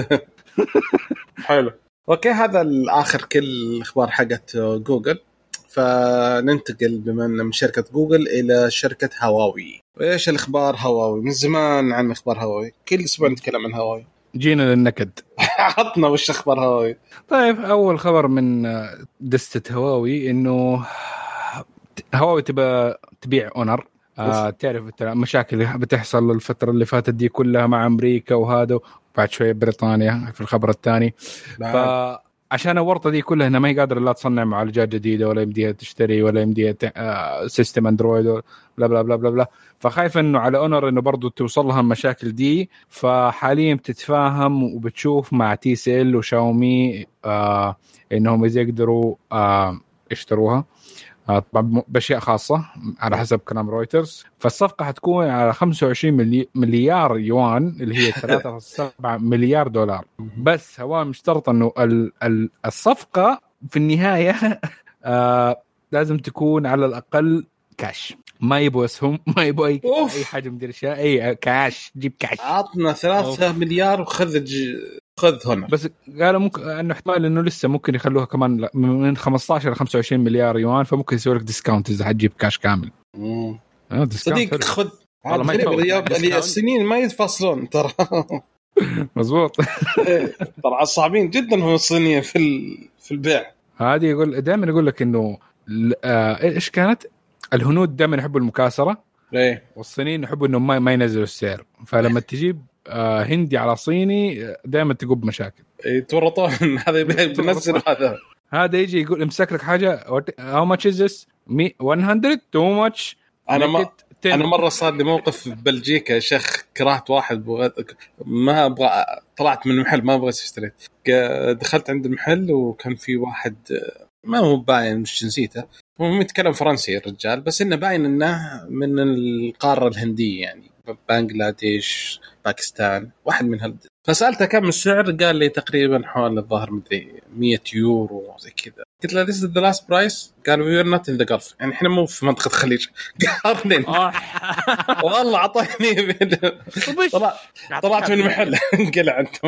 حلو. أوكي هذا الآخر كل الأخبار حقت جوجل. فننتقل بما من شركة جوجل إلى شركة هواوي. وإيش الأخبار هواوي؟ من زمان عن أخبار هواوي، كل أسبوع نتكلم عن هواوي. جينا للنكد. عطنا وش أخبار هواوي. طيب أول خبر من دستة هواوي إنه هواوي تبى تبيع أونر. آه تعرف مشاكل بتحصل الفترة اللي فاتت دي كلها مع أمريكا وهذا، وبعد شوية بريطانيا في الخبر الثاني. فعشان الورطة دي كلها إنها ما هي قادرة لا تصنع معالجات جديدة ولا يمديها تشتري ولا يمديها آه سيستم أندرويد ولا بلا بلا بلا بلا, بلا. فخايف إنه على أونر إنه برضو توصل لها المشاكل دي. فحاليا بتتفاهم وبتشوف مع تي سي ال وشاومي آه إنهم إذا يقدروا آه يشتروها طبعا بأشياء خاصة على حسب كلام رويترز. فالصفقة حتكون على خمسة وعشرين مليار يوان اللي هي ثلاثة فاصلة سبعة مليار دولار. بس هو مشترط أنه الصفقة في النهاية آه لازم تكون على الأقل كاش، ما يبغوا اسهم، ما يبغوا أي, أي حاجة من دي الأشياء، أي كاش، جيب كاش. عطنا ثلاثة مليار وخذ خذ هنا. بس قالوا ممكن انه احتمال انه لسه ممكن يخلوها كمان من خمسة عشر إلى خمسة وعشرين مليار يوان، فممكن يسوي لك ديسكاونت اذا حتجيب كاش كامل. امم اه صديق خذ والله ما يفوت السنين ما يتفصلون ترى. مظبوط. طبعا صعبين جدا هم الصينيين في في البيع. هذه يقول دائما يقول لك انه ايش كانت الهنود دائما يحبوا المكاسره، ايه والصينيين يحبوا انه ما ما ينزلوا السعر. فلما تجيب آه هندي على صيني دائما تقوب مشاكل. يتورطون. هذا بينزل هذا هذا يجي يقول امسك لك حاجه how much is this مية too much. انا ما انا مره صار لي موقف في بلجيكا يا شيخ، كرهت واحد بغ... ما ابغى، طلعت من المحل ما ابغى اشتري، دخلت عند المحل وكان في واحد ما هو باين مش جنسيته، هو يتكلم فرنسي الرجال بس انه باين انه من القاره الهنديه يعني بنغلاديش باكستان واحد من هال. فسألته كم السعر، قال لي تقريبا حوالي الظهر مدري مية يورو زي كذا. قلت له this is the last price، قال we are not in the Gulf، يعني احنا مو في منطقة الخليج. قارنين. والله عطيني طلع طلعت من المحل قلع انت.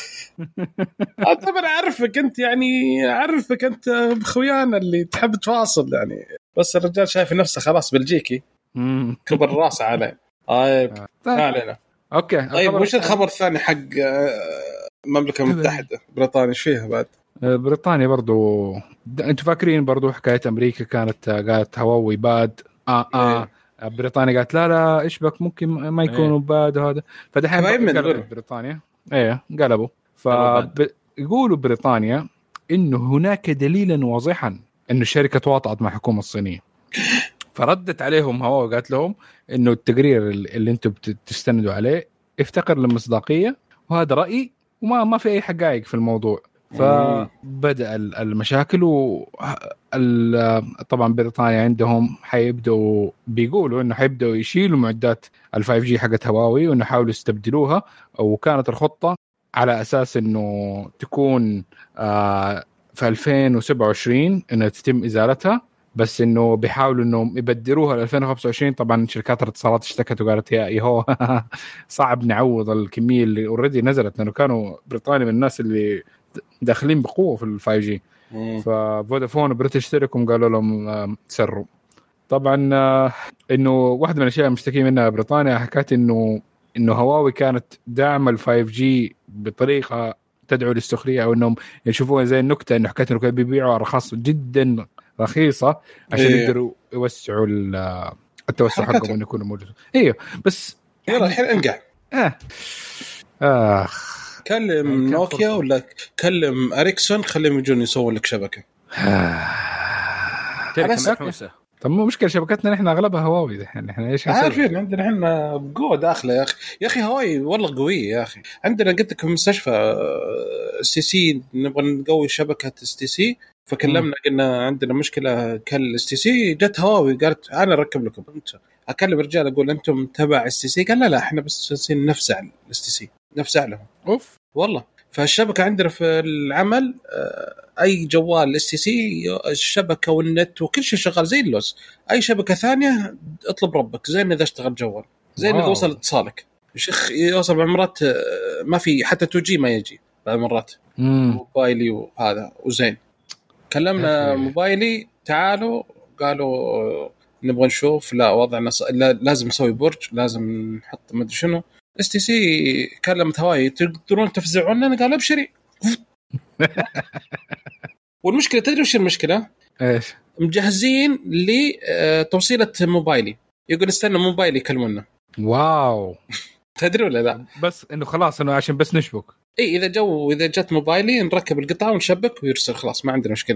طبعا اعرفك انت يعني اعرفك انت بخويانا اللي تحب تواصل يعني، بس الرجال شايف نفسه خلاص بلجيكي كبر راسه عليه. طيب ما علينا. اوكي طيب وش الخبر الثاني حق المملكة المتحدة بريطانيا؟ ايش فيها بعد؟ بريطانيا برضو انتوا فاكرين برضو حكاية امريكا كانت قالت هواوي باد اه اه إيه. بريطانيا قالت لا لا ايش بك ممكن ما يكونوا إيه. باد هذا. فدحين قلبوا بريطانيا ايه قلبوا. فيقولوا بريطانيا انه هناك دليلا واضحا انه الشركة تواطأت مع الحكومة الصينية. فردت عليهم هواوي قالت لهم انه التقرير اللي انتم بتستندوا عليه افتقر للمصداقيه وهذا رايي وما ما في اي حقائق في الموضوع. فبدا المشاكل. وطبعا بريطانيا عندهم حيبداوا بيقولوا انه حيبداوا يشيلوا معدات الفايف جي حقت هواوي وانه حاولوا يستبدلوها، وكانت الخطه على اساس انه تكون في ألفين وسبعة وعشرين انها تتم ازالتها، بس انه بيحاولوا انهم يبدروها ل ألفين وخمسة وعشرين. طبعا شركات الاتصالات اشتكت وقالت يا هو صعب نعوض الكميه اللي اوريدي نزلت، لانه كانوا بريطانيا من الناس اللي داخلين بقوه في الفايف جي. ففودافون وبريتش تيليكوم قالوا لهم تسروا. طبعا انه واحده من الاشياء المشتكي منها بريطانيا حكت انه انه هواوي كانت داعمه الفايف جي بطريقه تدعو للسخريه، او انهم يشوفوها زي النكته انه حكايه انه كانوا بيبيعوا ارخص جدا رخيصة عشان إيه. يقدروا يوسعوا التوسع حقهم انه يكونوا موجودين. ايوه بس يلا الحين انقع. اه اه كلم نوكيا ولا كلم اريكسون خليهم يجون يسوون لك شبكه. شركه محوسه طب مو مشكله شبكتنا نحن اغلبها هواوي الحين، احنا ايش عارفين عندنا احنا بقوه داخله يا اخي. يا اخي هواوي والله قويه يا اخي. عندنا قلت لك في مستشفى سي سي نبغى نقوي شبكه اس تي سي، فكلمنا قلنا عندنا مشكله كل اس تي سي، جت هواوي قالت انا اركب لكم. انت اكلم رجال اقول انتم تبع اس تي سي، قال لا لا احنا بس نفسع الاس تي سي نفسع لهم. اوف والله. فالشبكه عندنا في العمل اي جوال اس تي سي الشبكه والنت وكل شيء شغال زي اللوز. اي شبكه ثانيه اطلب ربك، زين اذا اشتغل جوال، زين اذا وصل اتصالك شيخ يوصل بعمرات ما في حتى تو جي ما يجي بعمرات. موبايلي وهذا وزين. كلمنا موبايلي تعالوا قالوا نبغى نشوف، لا وضعنا ص... لا لازم نسوي برج، لازم نحط ما ادري شنو. اس تي سي كلمت هواي تقدرون تفزعون لنا، قالوا ابشري. والمشكله تدري وش المشكله؟ ايش مجهزين لتوصيله موبايلي، يقول استنى موبايلي يكلمونا. واو تدري ولا لا؟ بس انه خلاص انه عشان بس نشبك. اي اذا جو اذا جت موبايلي نركب القطعه ونشبك ويرسل، خلاص ما عندنا مشكله.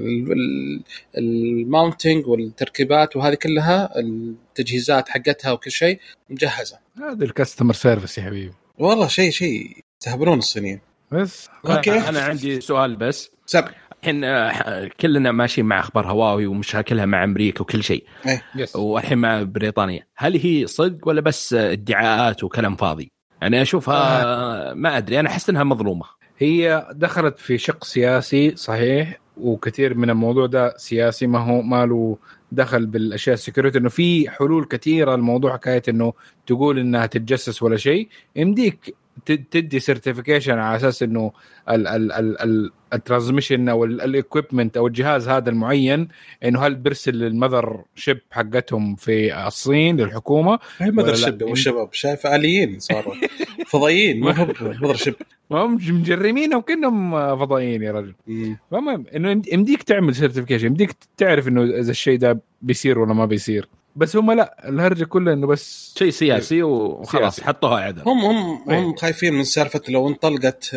الماونتنج والتركيبات وهذه كلها التجهيزات حقتها وكل شيء مجهزه. هذا الكاستمر سيرفيس يا حبيبي والله شيء شيء تهبلون الصينيين. بس اوكي انا عندي سؤال بس. سب الحين كلنا ماشيين مع اخبار هواوي ومشاكلها مع امريكا وكل شيء، والحين مع بريطانيا، هل هي صدق ولا بس ادعاءات وكلام فاضي؟ يعني اشوفها آه. ما ادري، انا احس انها مظلومه. هي دخلت في شق سياسي صحيح، وكثير من الموضوع ده سياسي، ما هو ماله دخل بالاشياء السكيورتي، انه في حلول كثيره. الموضوع حكايه انه تقول انها تتجسس ولا شيء، يمديك تدي سيرتيفيكيشن على اساس انه ال ال ال ال الترانسميشن او الايكويبمنت او الجهاز هذا المعين، انه هل بيرسل المذر شيب حقتهم في الصين للحكومه. هي مذر شيب والشباب شايف آليين صاروا فضائيين، مو مذر شيب، ما هم مجرمين وكأنهم فضائيين يا رجل. فالمهم انه يمديك تعمل سيرتيفيكيشن، يمديك تعرف انه اذا الشيء ده بيصير ولا ما بيصير. بس هم لا، الهرجه كله انه بس شيء سياسي وخلاص حطوها عدل. هم هم هم خايفين من سالفه لو انطلقت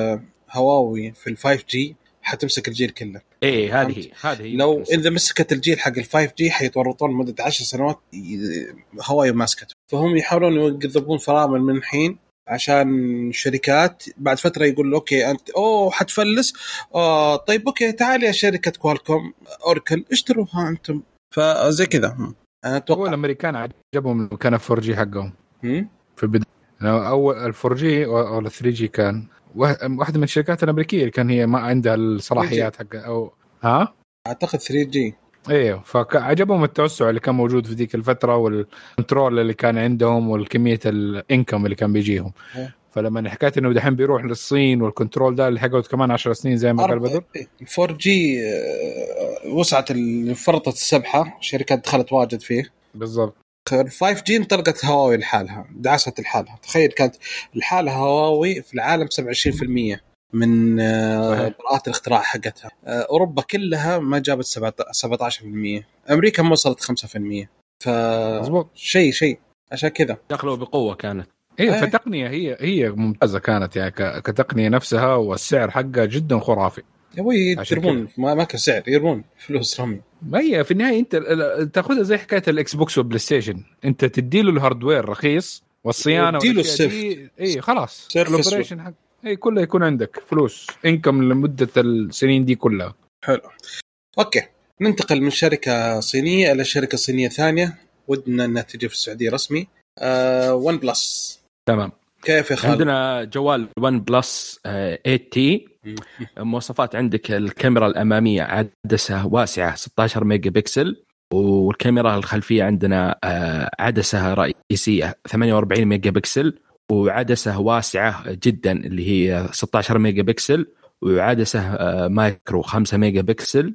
هواوي في الفايف جي حتمسك الجيل كله. ايه هذه هذه لو اذا مسكت الجيل حق الفايف جي حيتورطون مده عشر سنوات هواوي ماسكته. فهم يحاولون يقذبون فرامل من الحين عشان شركات بعد فتره يقول اوكي انت اوه حتفلس، آه طيب اوكي تعالي يا شركه كوالكوم اوركل اشتروها انتم. فزي كذا انا اتوقع الامريكان عجبهم كان فور جي حقهم هم؟ في البدايه. اول الفور جي ولا ثري جي كان واحده من الشركات الامريكيه اللي كان هي ما عندها الصلاحيات حق او ها اعتقد ثري جي. ايوه فعجبهم التوسع اللي كان موجود في ذيك الفتره والكنترول اللي كان عندهم والكميه الانكم اللي كان بيجيهم. فلما حكيت انه دحين بيروح للصين والكنترول ده اللي حقعد كمان عشر سنين زي ما قال بدر. فور جي وسعت الفرطة السبحة، شركات دخلت واجد فيه بالضبط. الفايف جي انطلقت هواوي لحالها، دعست لحالها. تخيل كانت الحالة هواوي في العالم سبعة وعشرين بالمئة من براءات الاختراع حقتها. أوروبا كلها ما جابت سبعة عشر بالمئة، أمريكا ما وصلت خمسة بالمئة. فشيء شيء عشان كذا دخلوا بقوة كانت. ايه فتقنية هي هي ممتازة كانت يعني كتقنية نفسها، والسعر حقها جدا خرافي. يبوي يرمون ما ما كان سعر، يرمون فلوس رمي. ما هي في النهاية انت تاخذها زي حكاية الاكس بوكس والبلاي ستيشن، انت تديله الهاردوير رخيص والصيانة والاشياء دي، ايه خلاص الاوبريشن حق ايه كله يكون عندك فلوس انكم لمدة السنين دي كلها. حلو. اوكي ننتقل من شركة صينية إلى شركة صينية ثانية ودنا انها تجي في السعودية رسمي. آه ون بلس. تمام. كيف يا خالد؟ عندنا جوال ون بلس ثمانية تي. مواصفات عندك الكاميرا الأمامية عدسة واسعة ستة عشر ميجا بكسل، والكاميرا الخلفية عندنا عدسة رئيسية ثمانية وأربعين ميجا بكسل، وعدسة واسعة جدا اللي هي ستة عشر ميجا بكسل، وعدسة مايكرو خمسة ميجا بكسل،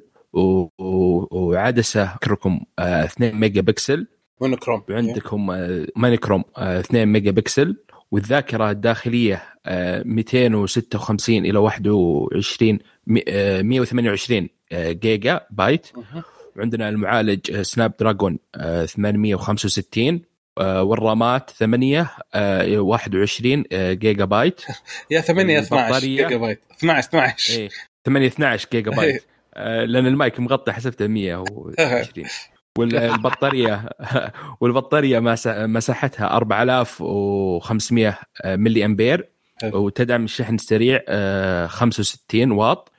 وعدسة كروكوم اثنين ميجا بكسل، مونوكروم. وعندكم مونوكروم اثنين ميجا بكسل، والذاكرة الداخلية مئتين وستة وخمسين إلى واحد وعشرين مئة وثمانية وعشرين جيجا بايت. وعندنا المعالج سناب دراجون ثمانمئة وخمسة وستين، والرامات ثمانية واحد وعشرين جيجا بايت. يا ثمانية اثنا عشر جيجا بايت. اثنا عشر اثنا عشر إيه ثمانية اثنا عشر جيجا بايت. لأن المايك مغطى حسبته مئة وعشرين. والبطاريه والبطاريه مساحتها أربعة آلاف وخمسمية ملي امبير، وتدعم الشحن السريع خمسة وستين واط،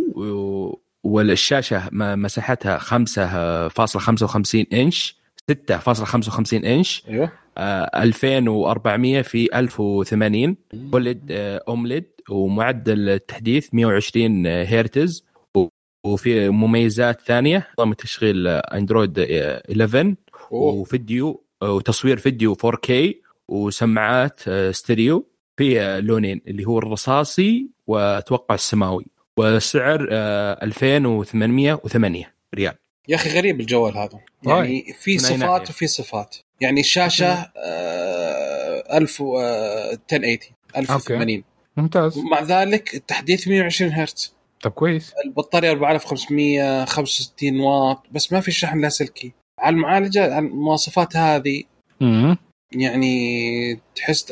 والشاشه مساحتها خمسة فاصلة خمسة وخمسين انش، ستة فاصلة خمسة وخمسين انش، ايوه ألفين وأربعمية في ألف وثمانين اوليد اومليد، ومعدل التحديث مية وعشرين هرتز، وفي مميزات ثانيه نظام تشغيل اندرويد إحدى عشر، وفيديو وتصوير فيديو فور كي، وسماعات ستيريو في لونين اللي هو الرصاصي واتوقع السماوي، وسعر ألفين وثمانمية وثمانية ريال. يا اخي غريب الجوال هذا، يعني في صفات وفي صفات. يعني الشاشه آه ألف وثمانين ألف وثمانين ممتاز، مع ذلك التحديث مية وعشرين هرتز. طب كويس. البطاريه أربعة آلاف وخمسمية وخمسة وستين واط، بس ما في شحن لاسلكي. على المعالجه، على المواصفات هذه امم يعني تحس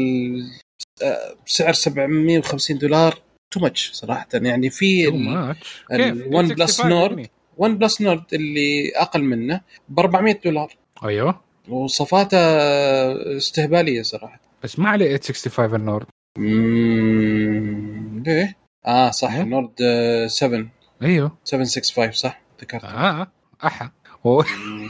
السعر سبعمية وخمسين دولار تو ماتش صراحه. يعني في الون بلس نورد ون بلس نورد اللي اقل منه ب أربعمية دولار. ايوه، وصفاته استهباليه صراحه. بس ما عليه ثمانمية وخمسة وستين النورد. امم ليه؟ اه صح، أه؟ النورد سبعة. ايوه سبعمية وخمسة وستين صح، ذكرت. اه احا هو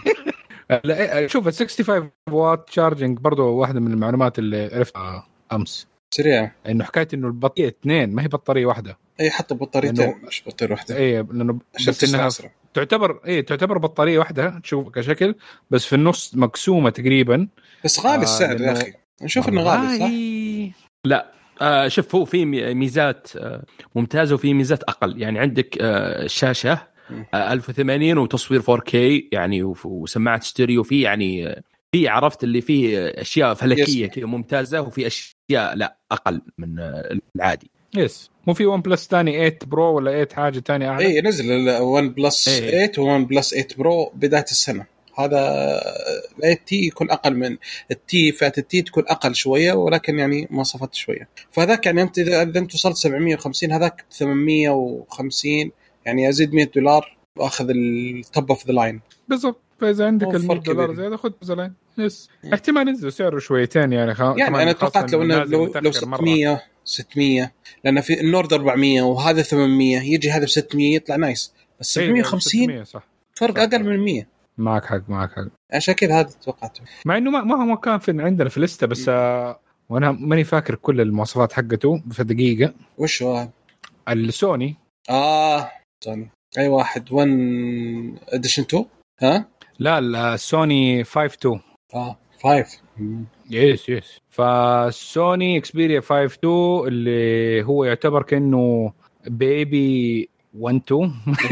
لا شوف ال خمسة وستين واط شارجنج برضو واحده من المعلومات اللي عرفتها امس سريع، انه حكايه انه البطاريه اثنين ما هي بطاريه واحده. اي حتى بطاريتين مش بطاريه واحده. اي لانه بس انها أسرع. تعتبر اي تعتبر بطاريه واحده تشوف كشكل، بس في النص مقسومه تقريبا. بس غالي السعر يا اخي، نشوف انه غالي صح. لا آه شوف، هو في ميزات آه ممتازه وفي ميزات اقل. يعني عندك آه الشاشه آه ألف وثمانين وتصوير فور كي يعني، وسماعه ستيريو، في يعني في عرفت اللي فيه اشياء فلكيه كذا ممتازه، وفي اشياء لا اقل من العادي. يس مو في ون بلس ثاني ثمانية برو ولا ثمانية حاجه ثانيه اعلى؟ اي نزل ون بلس ثمانية وون بلس ثمانية برو بدايه السنه. هذا ثمانية تي يكون اقل من التي، فات التي تكون اقل شويه، ولكن يعني مواصفات شويه. فذاك يعني انت اذا انت وصلت سبعمية وخمسين، هذاك ثمانمية وخمسين، يعني ازيد مية دولار واخذ التوب اوف ذا لاين بالضبط. فاذا عندك ال مية دولار زياده خذ زلين. يس احتمال ينزل سعره شويتين يعني. خ... يعني انا توقعت لو انه لو, لو ستمية ستمية، لان في النورد أربعمية وهذا ثمانمية، يجي هذا ب ستمية يطلع نايس. بس سبعمية وخمسين صح، فرق اقل من مية. معك حق معك حق عشان كذا هذا توقعته، مع انه ما ما هو كان في عندنا في لسته، بس آه وانا ماني فاكر كل المواصفات حقته في دقيقه. وش هو السوني؟ اه سوني اي واحد ون اديشن اثنين. ها لا السوني خمسة اثنين. اه خمسة يس يس فالسوني اكسبيريا خمسة اثنين اللي هو يعتبر كأنه بيبي واحد اثنين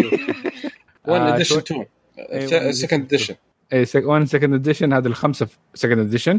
ون اديشن اثنين سكند اديشن. اي ون سكند اديشن، هذا الخمسه سكند اديشن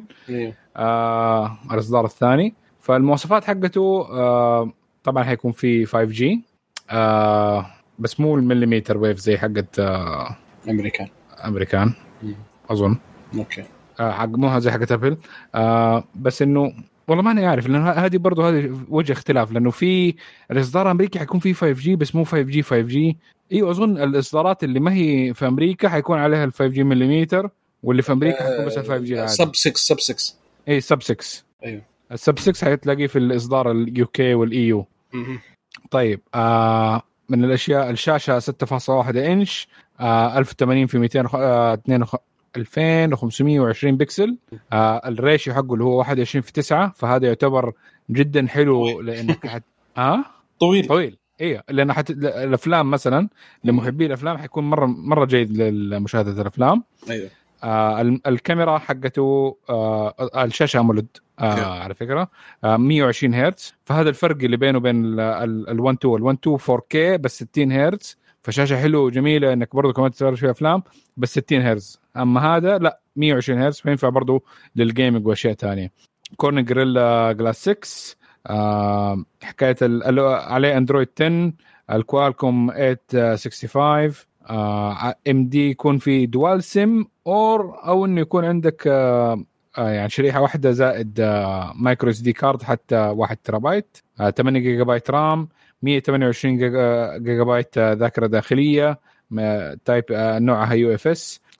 آه الاصدار الثاني. فالمواصفات حقته آه طبعا حيكون في خمسة جي آه بس مو المليمتر ويف زي حقت آه امريكان امريكان مم. اظن. اوكي آه حق مو زي حقت ابل آه بس انه والله ما انا عارف، لانه هذه برضه هذه وجه اختلاف، لانه في الاصدار الامريكي حيكون فيه خمسة جي بس مو خمسة جي خمسة جي. ايوه اظن الاصدارات اللي ما هي في امريكا حيكون عليها ال خمسة جي مليمتر، واللي في امريكا آه حيكون بس ال خمسة جي العادي. سب ستة سب ستة اي سب ستة. ايوه السب ستة حتلاقيه في الاصدار اليو كي والاي يو. طيب آه من الاشياء الشاشه ستة فاصلة واحد انش آه ألف وثمانين في مئتين واثنين ألفين وخمسمية وعشرين بكسل. آه الريشيو حقه اللي هو واحد وعشرين في تسعة، فهذا يعتبر جدا حلو لانك حت... اه طويل طويل ايه، لان حت... الافلام مثلا لمحبي الافلام حيكون مره مره جيد لمشاهده الافلام. ايوه آه الكاميرا حقته آه الشاشه اموليد آه على فكره آه مية وعشرين هرتز، فهذا الفرق اللي بينه وبين ال12 ال12 فور كي بس ستين هرتز، فشاشه حلوه وجميله انك برضو كمان تتفرج فيها افلام بس ستين هرتز. اما هذا لا مية وعشرين هرتز، فينفع برضو للجيمنج واشياء ثانيه. كورنينج جوريلا جلاس ستة آه حكايه عليه اندرويد عشرة، الكوالكوم ثمانمية وخمسة وستين آه ام دي، يكون في دوال سيم اور او انه يكون عندك آه آه يعني شريحه واحده زائد آه مايكرو اس دي كارد حتى واحد تيرا بايت، آه ثمانية جيجا بايت رام، مية وثمانية وعشرين جيجا, جيجا بايت آه ذاكره داخليه، تايب آه نوعها يو اف اس،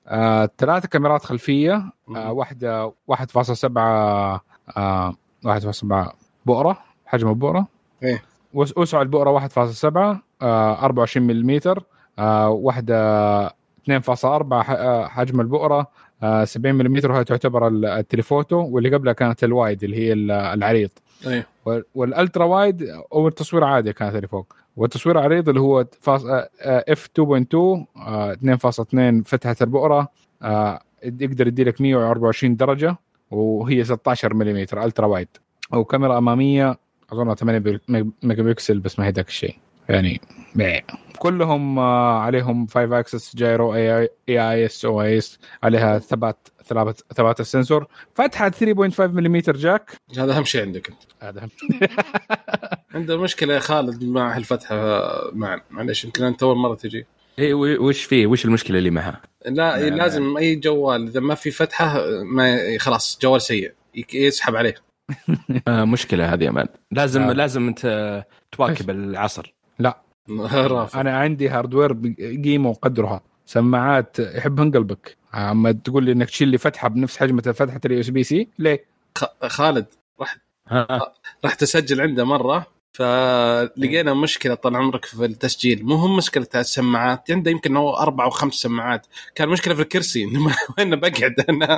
آه، ثلاثة كاميرات خلفية، آه، واحدة واحد فاصلة سبعة آه، واحد فاصلة سبعة بؤرة، حجم البؤرة إيه. وسع البؤرة واحد فاصلة سبعة، آه، أربعة وعشرين ملم. آه، واحدة اثنين فاصلة أربعة حجم البؤرة، آه، سبعين ملم، وهي تعتبر التليفوتو، واللي قبلها كانت الوايد اللي هي العريض. أيه. والالترا وايد او التصوير عادي كانت اللي فوق، والتصوير العريض اللي هو اف اثنين نقطة اثنين اثنين فاصلة اثنين فتحة البؤرة، يقدر يدي لك مية وأربعة وعشرين درجة، وهي ستة عشر ملم الترا وايد، او كاميرا امامية اظن ثمانية ميجا بكسل، بس ما هي ذاك الشيء يعني. كلهم عليهم خمسة اكسس جايرو اي اي اس او اس، عليها ثبات ثبات ثبات السنسور، فتحة ثلاثة فاصلة خمسة ملم جاك. هذا اهم شيء عندك انت. هذا أهم. عنده مشكله يا خالد مع الفتحه معنا، معلش يمكن انت اول مره تجي. ايه وش فيه؟ وش المشكله اللي معها؟ لا إيه لازم اي جوال اذا ما في فتحه ما خلاص جوال سيء يسحب عليه. آه مشكله هذه يا مان، لازم آه. لازم انت تواكب العصر. لا انا عندي هاردوير قيمه وقدرها، سماعات يحبهن قلبك، اما تقول لي انك تشيل لي فتحه بنفس حجم فتحه اليو اس بي سي ليه؟ خالد راح راح تسجل عنده مره، فلقينا مشكله طال عمرك في التسجيل، مو هم مشكله السماعات، عنده يمكن هو اربع او خمس سماعات، كان مشكله في الكرسي وين بقعد انا.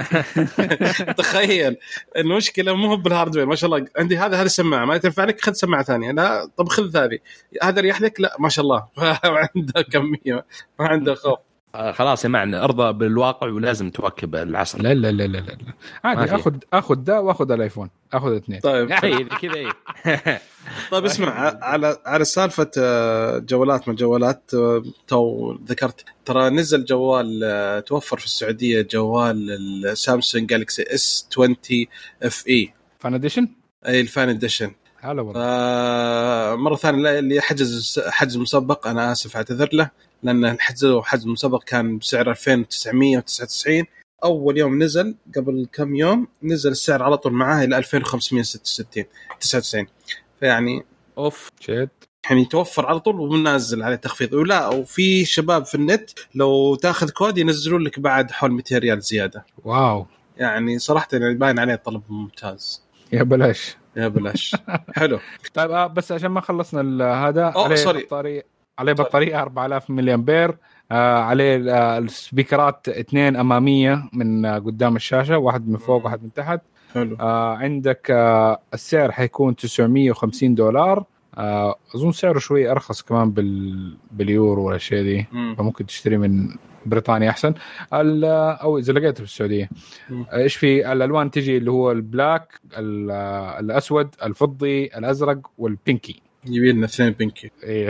تخيل المشكله مو بالهاردوير، ما شاء الله عندي هذا هذه السماعه ما تنفع لك، خذ سماعه ثانيه، لا طب خذ هذه، هذا ريح لك، لا ما شاء الله عنده كميه، ما عنده خوف. آه خلاص يا معنى ارضى بالواقع ولازم تواكب العصر. لا لا لا لا لا عادي، اخذ اخذ ده واخذ الايفون، اخذ اثنين. طيب كذا ايه. طيب اسمع، على على سالفه جوالات من جوالات، تو ذكرت ترى نزل جوال توفر في السعوديه، جوال السامسونج جالكسي اس عشرين اف اي فان اديشن. اي الفان اديشن. هلا والله. آه مره ثانيه اللي حجز حجز مسبق، انا اسف اعتذر له، لان الحجز حجز مسبق كان بسعر ألفين وتسعمية وتسعة وتسعين، اول يوم نزل قبل كم يوم نزل السعر على طول معاه الى ألفين وخمسمية وستة وستين تسعة وتسعين، فيعني اوف شيت، يعني توفر على طول ومنزل عليه تخفيض. ولا وفي شباب في النت لو تاخذ كود ينزلون لك بعد حول مئتين ريال زياده. واو، يعني صراحه يعني باين عليه طلب ممتاز. يا بلاش يا بلاش. حلو. طيب بس عشان ما خلصنا هذا، عليه بطارية عليه بطارية أربعة آلاف ملي أمبير، آه عليه آه السبيكرات اثنين أمامية من آه قدام الشاشة، واحد من فوق واحد من تحت. حلو. آه عندك آه السعر حيكون تسعمية وخمسين دولار، آه أظن سعره شوي أرخص كمان بال باليورو ولا شيء دي، فممكن تشتري من بريطانيا أحسن، أو إذا لقيته في السعودية. إيش في الألوان تجي اللي هو البلاك، الأسود، الفضي، الأزرق والبينكي. يبيلنا اثنين بينكي. إيه.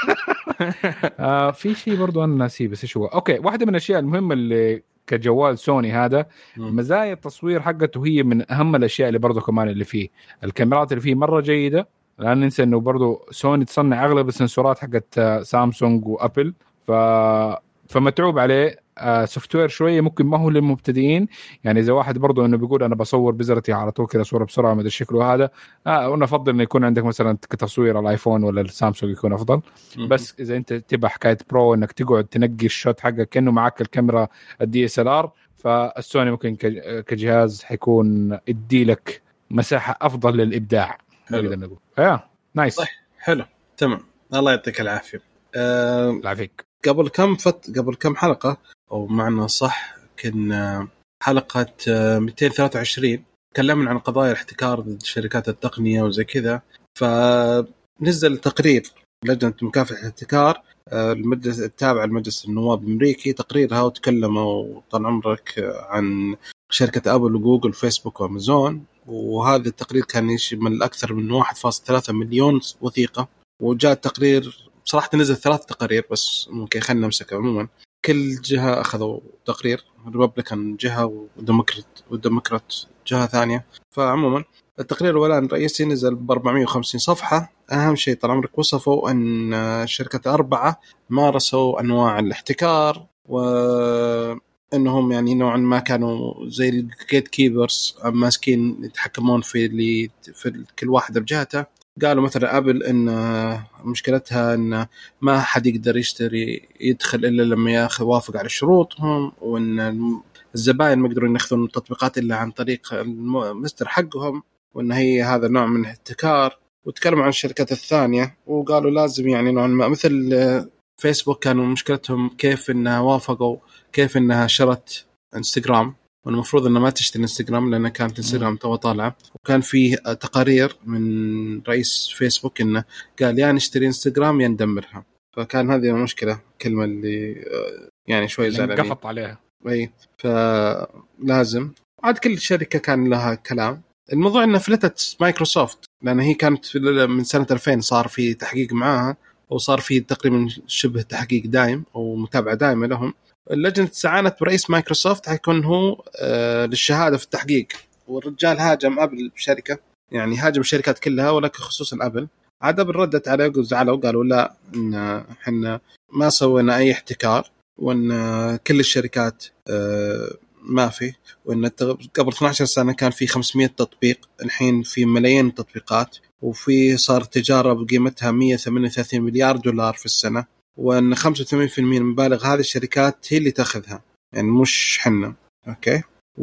آه في شيء برضو أنا ناسيه، بس إيش هو؟ أوكي، واحدة من الأشياء المهمة اللي كجوال سوني هذا، مزايا التصوير حقته هي من أهم الأشياء اللي برضو كمان اللي فيه، الكاميرات اللي فيه مرة جيدة، لا ننسى إنه برضو سوني تصنع أغلب السنسورات حقت سامسونج وأبل، ف فمتعوب عليه. آه سوفت وير شويه ممكن ما هو للمبتدئين، يعني اذا واحد برضه انه بيقول انا بصور بزرتي على طول كذا صوره بسرعه ما ادري شكله هذا، آه انا افضل انه يكون عندك مثلا كتصوير الايفون ولا السامسونج يكون افضل. بس اذا انت تبغى حكايه برو انك تقعد تنقي الشوت حقك كانه معك الكاميرا الدي اس ال ار، فالسوني ممكن كجهاز حيكون يدي لك مساحه افضل للابداع نقدر نقول. اه نايس. صح. حلو تمام، الله يعطيك العافيه. أه... العافيك. قبل كم فت قبل كم حلقة أو معنا صح كنا حلقة مئتين وثلاثة وعشرين تكلمنا عن قضايا الاحتكار ضد شركات التقنية وزي كذا، فنزل تقرير لجنة مكافحة الاحتكار المجلس التابع لمجلس النواب الأمريكي، تقريرها وتكلموا طال عمرك عن شركة أبل وجوجل وفيسبوك وأمازون، وهذا التقرير كان يشمل أكثر من واحد فاصلة ثلاثة مليون وثيقة. وجاء التقرير صراحة نزل ثلاث تقارير بس ممكن خلنا نمسك عموما، كل جهة أخذوا تقرير، الريبابليكان جهة وديمقراط وديمقراط جهة ثانية. فعموما التقرير الأولاني الرئيسي نزل ب أربعمية وخمسين صفحة. أهم شيء طال عمرك وصفوا أن شركة أربعة مارسوا أنواع الاحتكار، وأنهم يعني نوعا ما كانوا زي الجيت كيبرز ماسكين يتحكمون في اللي في كل واحدة بجهته، قالوا مثلا ابل ان مشكلتها ان ما حد يقدر يشتري يدخل الا لما ياخذ وافق على شروطهم، وان الزبائن ما يقدرون ياخذون التطبيقات الا عن طريق المستر حقهم، وان هي هذا نوع من الاحتكار. وتكلموا عن الشركات الثانيه وقالوا لازم يعني نوع ما مثل فيسبوك كانوا مشكلتهم كيف انها وافقوا كيف انها شرت انستغرام، والمفروض انها ما تشتري انستغرام لان كانت انستغرام تو طالعه. وكان فيه تقارير من رئيس فيسبوك انه قال يا نشتري انستغرام يا ندمرها. فكان هذه المشكله كلمه اللي يعني شوي زعلانين قفط عليها. اي فلازم عاد كل شركه كان لها كلام. الموضوع انه فلتت مايكروسوفت لان هي كانت من سنه ألفين صار في تحقيق معاها، وصار في تقريبا شبه تحقيق دائم او متابعه دائمه لهم. اللجنه استعانت برئيس مايكروسوفت حيكون هو آه للشهاده في التحقيق، والرجال هاجم ابل بشركه، يعني هاجم الشركات كلها ولكن خصوصا ابل. عاد ابل ردت عليه وزعلوا وقالوا لا ان احنا ما سوينا اي احتكار، وان كل الشركات آه ما في، وان قبل اثنتي عشرة سنه كان في خمسمية تطبيق، الحين في ملايين تطبيقات، وفي صار تجاره بقيمتها مية وثمانية وثلاثين مليار دولار في السنه، وان خمسة وثمانين بالمية من مبالغ هذه الشركات هي اللي تاخذها، يعني مش حنا. اوكي،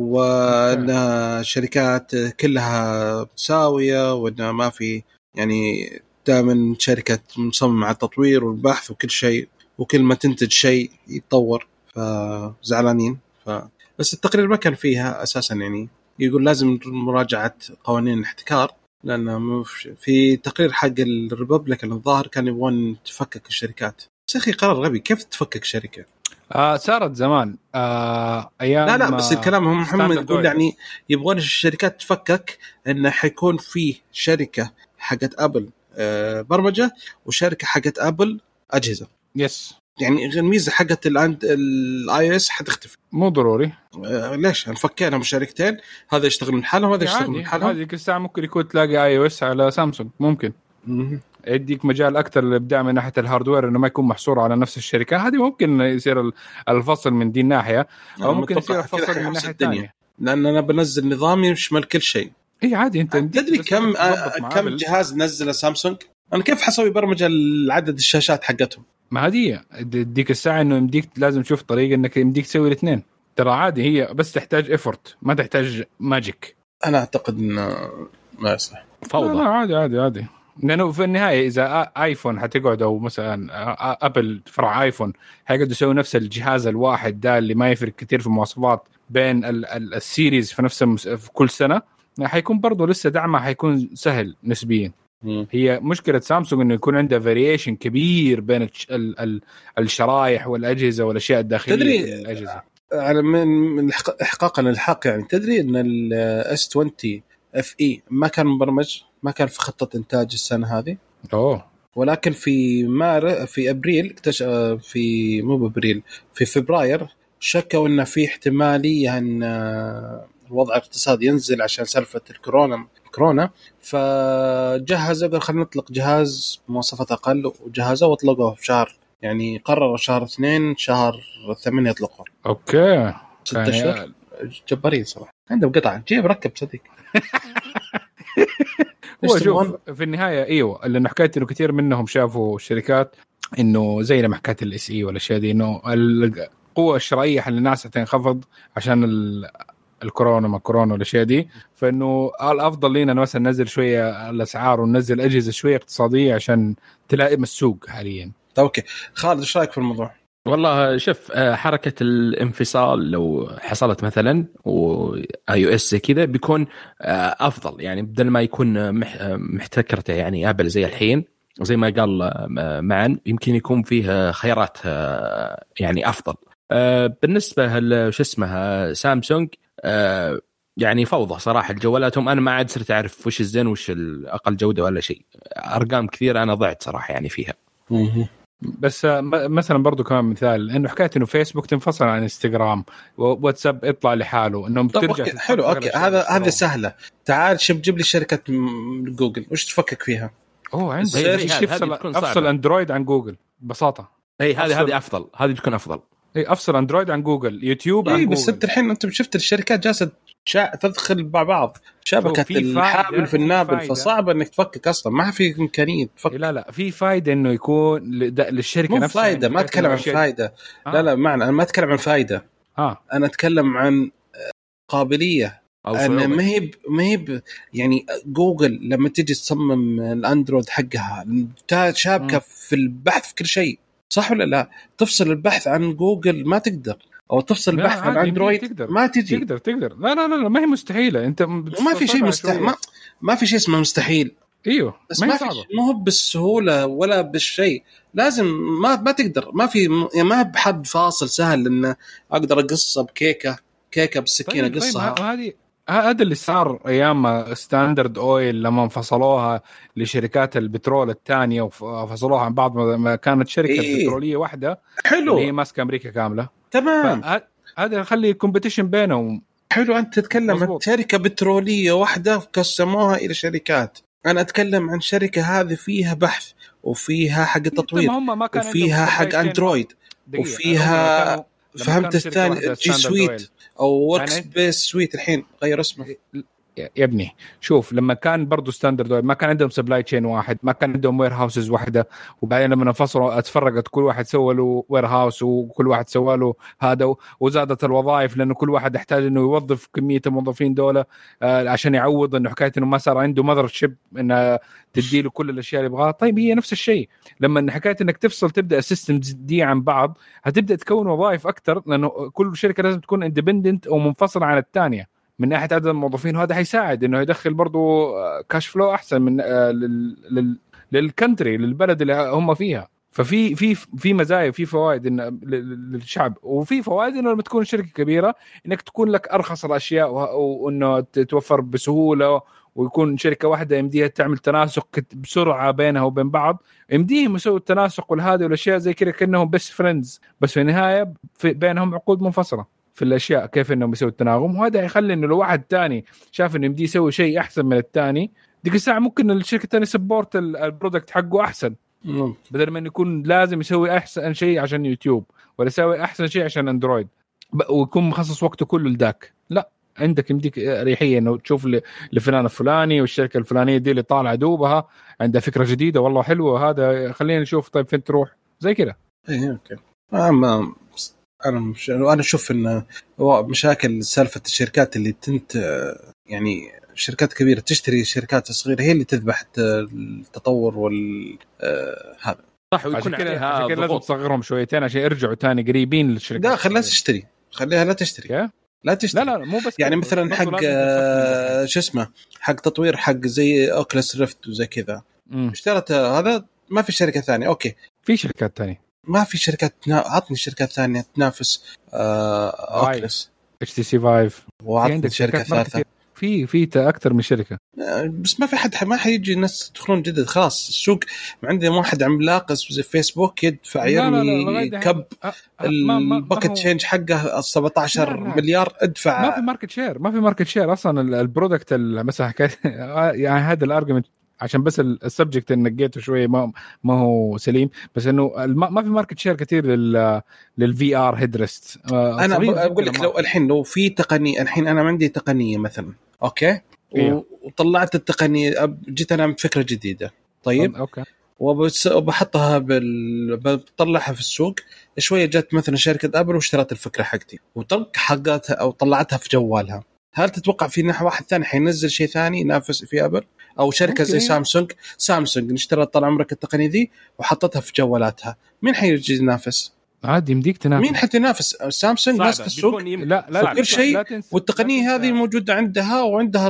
وان الشركات كلها متساويه، وان ما في يعني دائما شركه مصممه على التطوير والبحث وكل شيء، وكل ما تنتج شيء يتطور. فزعلانين. ف بس التقرير ما كان فيها اساسا، يعني يقول لازم مراجعه قوانين الاحتكار، لان في تقرير حق الريببليكان الظاهر كان يبغون تفكك الشركات. بس اخي قرار غبي، كيف تفكك شركه؟ آه صارت زمان آه ايام. لا لا بس الكلام هم محمد يقول يعني يبغون الشركات تفكك، انه حيكون في شركه حقت ابل آه برمجه وشركه حقت ابل اجهزه. يس يعني الميزه حقت الاي اس حتختفي. مو ضروري. آه ليش نفكينا بشركتين، هذا يشتغل من حالهم وهذا يشتغل من حالهم. هذه كل ساعه ممكن يكون تلاقي اي او اس على سامسونج، ممكن م- يديك مجال اكثر للابداع من ناحيه الهاردوير، انه ما يكون محصور على نفس الشركه. هذه ممكن يصير الفصل من دي الناحيه، او ممكن يصير الفصل من ناحيه ثانيه، لان انا بنزل نظام يشمل كل شيء. اي عادي. انت تدري كم كم جهاز نزله سامسونج؟ انا كيف حسوي برمجه لعدد الشاشات حقتهم؟ ما هذه ديك الساعه انه يمديك لازم تشوف طريقه انك يمديك تسوي الاثنين. ترى عادي، هي بس تحتاج إفورت، ما تحتاج ماجيك. انا اعتقد انه ما يصلح فوضى. لا عادي عادي عادي، لانه في النهايه اذا ايفون حتقعد او مثلا ابل فرع ايفون حيقعدوا يسووا نفس الجهاز الواحد ده اللي ما يفرق كتير في المواصفات بين ال- ال- السيريز في نفس المس... في كل سنه، حيكون برضو لسه دعمها حيكون سهل نسبيا. م. هي مشكله سامسونج انه يكون عندها فاريشن كبير بين ال... ال... الشرايح والاجهزه والاشياء الداخليه. تدري في الاجهزه على من احقاقا للحق، يعني تدري ان الاس عشرين اف اي ما كان مبرمج، ما كان في خطه انتاج السنه هذه. اوه ولكن في مار في ابريل اكتشف، في مو بابريل في فبراير شكوا ان في احتماليه ان الوضع الاقتصادي ينزل عشان سالفه الكورونا كورونا فجهزوا قال خلينا نطلق جهاز مواصفات اقل، وجهزوا واطلقوه في شهر، يعني قرروا شهر اثنين شهر ثمانية يطلقوا. اوكي ستة اشهر جبارين صراحه، عندهم قطعه جيب ركب صديق. هو شوف في النهايه ايوه اللي حكايه انه كثير منهم شافوا الشركات انه زي لما حكايه الاس اي ولا شيء دي، انه القوه الشرائيه حل الناس تنخفض عشان الكورونا ما كورونا ولا شيء دي، فانه الافضل لينا مثلا ننزل شويه الاسعار وننزل اجهزه شويه اقتصاديه عشان تلائم السوق حاليا. اوكي خالد ايش رايك في الموضوع؟ والله شوف حركة الانفصال لو حصلت مثلا واي او اس زي كذا بيكون افضل، يعني بدل ما يكون محتكرته يعني ابل زي الحين زي ما قال معا، يمكن يكون فيه خيارات يعني افضل. بالنسبة لش اسمها سامسونج يعني فوضى صراحة الجوالاتهم، انا ما عاد صرت اعرف وش الزين وش الاقل جودة ولا شيء، ارقام كثير انا ضعت صراحة يعني فيها. بس مثلا برضو كمان مثال انه حكايه انه فيسبوك تنفصل عن انستغرام وواتساب يطلع لحاله، انه بترجع حلو. اوكي هذا هذا سهله. تعال شوف جيب لي شركه جوجل وش تفكك فيها. اوه عندي افصل افصل اندرويد عن جوجل ببساطه. اي هذه هذه افضل، هذه بتكون افضل. اي افصل اندرويد عن جوجل، يوتيوب عن إيه جوجل. بس انت الحين انت شفت الشركات جالسه شا... تدخل مع بعض شبكه الحابل في النابل، فصعب انك تفكك اصلا، ما في امكانيه تفك. لا لا في فايده انه يكون للشركه نفسها. فايده ما اتكلم عن فايده. آه. لا لا معنى انا ما اتكلم عن فايده. اه انا اتكلم عن قابليه. انا ما هي ما هي يعني جوجل لما تيجي تصمم الاندرويد حقها شابكه م. في البحث في كل شيء، صح ولا لا؟ تفصل البحث عن جوجل ما تقدر، او تفصل البحث عن اندرويد ما تجي. تقدر تقدر لا لا لا ما هي مستحيله. انت ما في شيء مستحيل، ما, ما في شيء اسمه مستحيل. ايوه بس ما, ما في ما هو بالسهوله ولا بالشيء، لازم ما ما تقدر، ما في يعني ما بحد فاصل سهل ان اقدر اقصها بكيكه كيكه بالسكينه طيب قصها. طيب هذه هذا اللي صار ايام ستاندرد اويل لما انفصلوها لشركات البترول الثانيه وفصلوها عن بعض ما كانت شركه إيه؟ بتروليه واحده حلو اللي هي ماسكه امريكا كامله. تمام. هذا يخلي كومبيتيشن بينهم. حلو. انت تتكلم عن شركه بتروليه واحده قسموها الى شركات، انا اتكلم عن شركه هذه فيها بحث وفيها حق تطوير وفيها حق اندرويد وفيها فهمت الثاني جي سويت او ورك سبيس سويت الحين غير اسمه. يا ابني شوف لما كان برضو ستاندرد ما كان عندهم سبلاي تشين واحد، ما كان عندهم وير هاوسز واحده، وبعدين لما انفصلوا اتفرقت كل واحد سوى له وير هاوس وكل واحد سوى له هذا، وزادت الوظائف لانه كل واحد يحتاج انه يوظف كميه الموظفين دولة آه عشان يعوض انه حكايه انه ما صار عنده ماذر شيب انه تدي له كل الاشياء اللي يبغاها. طيب هي نفس الشيء لما حكايه انك تفصل تبدا السيستم دي عن بعض، هتبدا تكون وظائف اكثر لانه كل شركه لازم تكون اندبندنت او منفصله عن الثانيه من ناحيه عدد الموظفين، وهذا حيساعد انه يدخل برضو كاش فلو احسن من لل للكنتري للبلد اللي هم فيها. ففي في في مزايا وفي فوائد إن للشعب، وفي فوائد انه لما تكون شركه كبيره انك تكون لك ارخص الاشياء وانه تتوفر بسهوله، ويكون شركه واحده يمديها تعمل تناسق بسرعه بينها وبين بعض، يمديهم يسووا التناسق والهذه والاشياء زي كذا كانهم بس فريندز، بس في النهايه في بينهم عقود منفصله في الاشياء كيف انهم يسووا التناغم. وهذا يخلي انه لو واحد تاني شاف انه يمدي يسوي شيء احسن من الثاني ديك الساعه ممكن الشركه الثانيه سبورت البرودكت حقه احسن، بدل ما انه يكون لازم يسوي احسن شيء عشان يوتيوب ولا يسوي احسن شيء عشان اندرويد ويكون مخصص وقته كله لذاك. لا عندك يمديك ريحيه انه تشوف لفلان الفلاني والشركه الفلانيه دي اللي طالعه دوبها عندها فكره جديده والله حلوه، هذا خلينا نشوف طيب فين تروح زي كده. ايه اوكي. اما انا مش انا اشوف ان مشاكل سالفه الشركات اللي تنت يعني شركات كبيره تشتري شركات صغيره هي اللي تذبح التطور وال هذا صح، ويكون عليها لازم تصغرهم شويتين عشان يرجعوا تاني قريبين للشركات. لا خليها تشتري، خليها لا تشتري لا تشتري. لا لا مو بس يعني مثلا حق شو اسمه حق تطوير حق زي اوكلس ريفت وزي كذا اشترت هذا، ما في شركه ثانيه. اوكي في شركات ثانيه، ما في شركات عطني شركات ثانية تنافس اوكلس اتش تي سي فايف، وعندك شركة ثالثة في في اكثر من شركة، بس ما في حد ما حيجي الناس يدخلون جدد. خلاص السوق عندي واحد عملاق زي فيسبوك يدفع يرمي كب الباكت تشينج حقه سبعة عشر مليار ادفع. ما في ماركت شير، ما في ماركت شير اصلا البرودكت مثلا حكايه يعني هذا الارجيومنت عشان بس السبجكت انك جيته شويه ما ما هو سليم، بس انه ما في ماركت شير كثير لل للفي ار هيدرست. انا بقول لك لو الحين لو في تقنيه الحين انا عندي تقنيه مثلا اوكي إيه؟ وطلعت التقنيه جيت انا بفكره جديده طيب اوكي وبحطها بال... بطلعها في السوق شويه، جت مثلا شركه ابل واشترت الفكره حقتي وطلق حقتها او طلعتها في جوالها، هل تتوقع في نحو واحد ثاني حينزل شيء ثاني ينافس في ابل او شركه زي سامسونج سامسونج اشترت طال عمرك التقنيه ذي وحطتها في جوالاتها، مين حيجي ينافس؟ عادي يمديك تنافس. مين حتنافس؟ سامسونج ماسك السوق لا لا كل شيء والتقنيه هذه موجوده عندها وعندها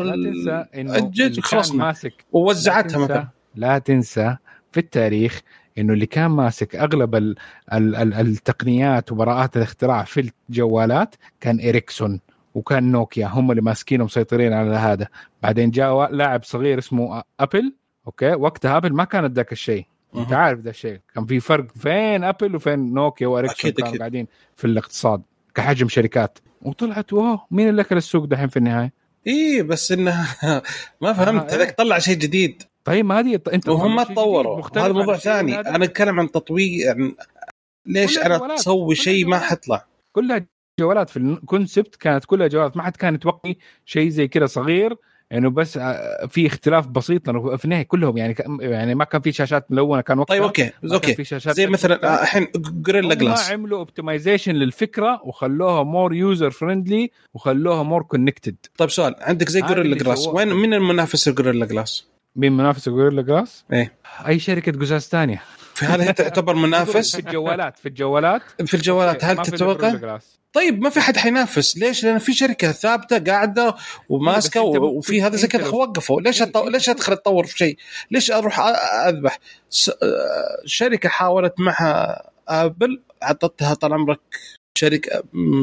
الجد خلصنا ووزعتها مثلا. لا تنسى في التاريخ انه اللي كان ماسك اغلب ال ال ال التقنيات وبراءات الاختراع في الجوالات كان إريكسون وكان نوكيا، هم اللي ماسكين ومسيطرين على هذا. بعدين جاء لاعب صغير اسمه أبل أوكي، وقتها أبل ما كانت ذاك الشيء، أنت عارف ذا الشيء كان في فرق فين أبل وفين نوكيا وإريكسون كانوا قاعدين في الاقتصاد كحجم شركات، وطلعت واو مين اللي أكل السوق دحين في النهاية؟ إيه بس إنه ما فهمت هذاك آه طلع شيء جديد. طيب ما هذه انت وهم ما تطوروا، هذا موضوع ثاني. انا اتكلم عن تطوير ليش انا تسوي شيء ما حطلع؟ كلها جوالات في الكونسبت، كانت كلها جوالات، ما حد كان يتوقع شيء زي كده صغير انه يعني بس في اختلاف بسيط، لانه في النهايه كلهم يعني يعني ما كان في شاشات ملونه كان وقتها. طيب اوكي اوكي زي مثلا الحين جوريلا جلاس عملوا اوبتمايزيشن للفكره وخلوها مور يوزر فريندلي وخلوها مور كونكتد. طيب سؤال عندك زي جوريلا جلاس، وين من المنافس الجوريلا جلاس؟ مين منافس جوريلا جلاس؟ ايه اي شركه قزاز ثانيه في هذا تعتبر منافس في الجوالات في الجوالات في الجوالات هل تتوقع؟ طيب ما في حد حينافس ليش؟ لأن في شركة ثابتة قاعدة وماسكة وفي هذا زي كذا وقفوا. ليش أطو... ليش أدخل أتطور في شيء؟ ليش أروح أذبح س... شركة حاولت معها آبل عطتها طال عمرك شركة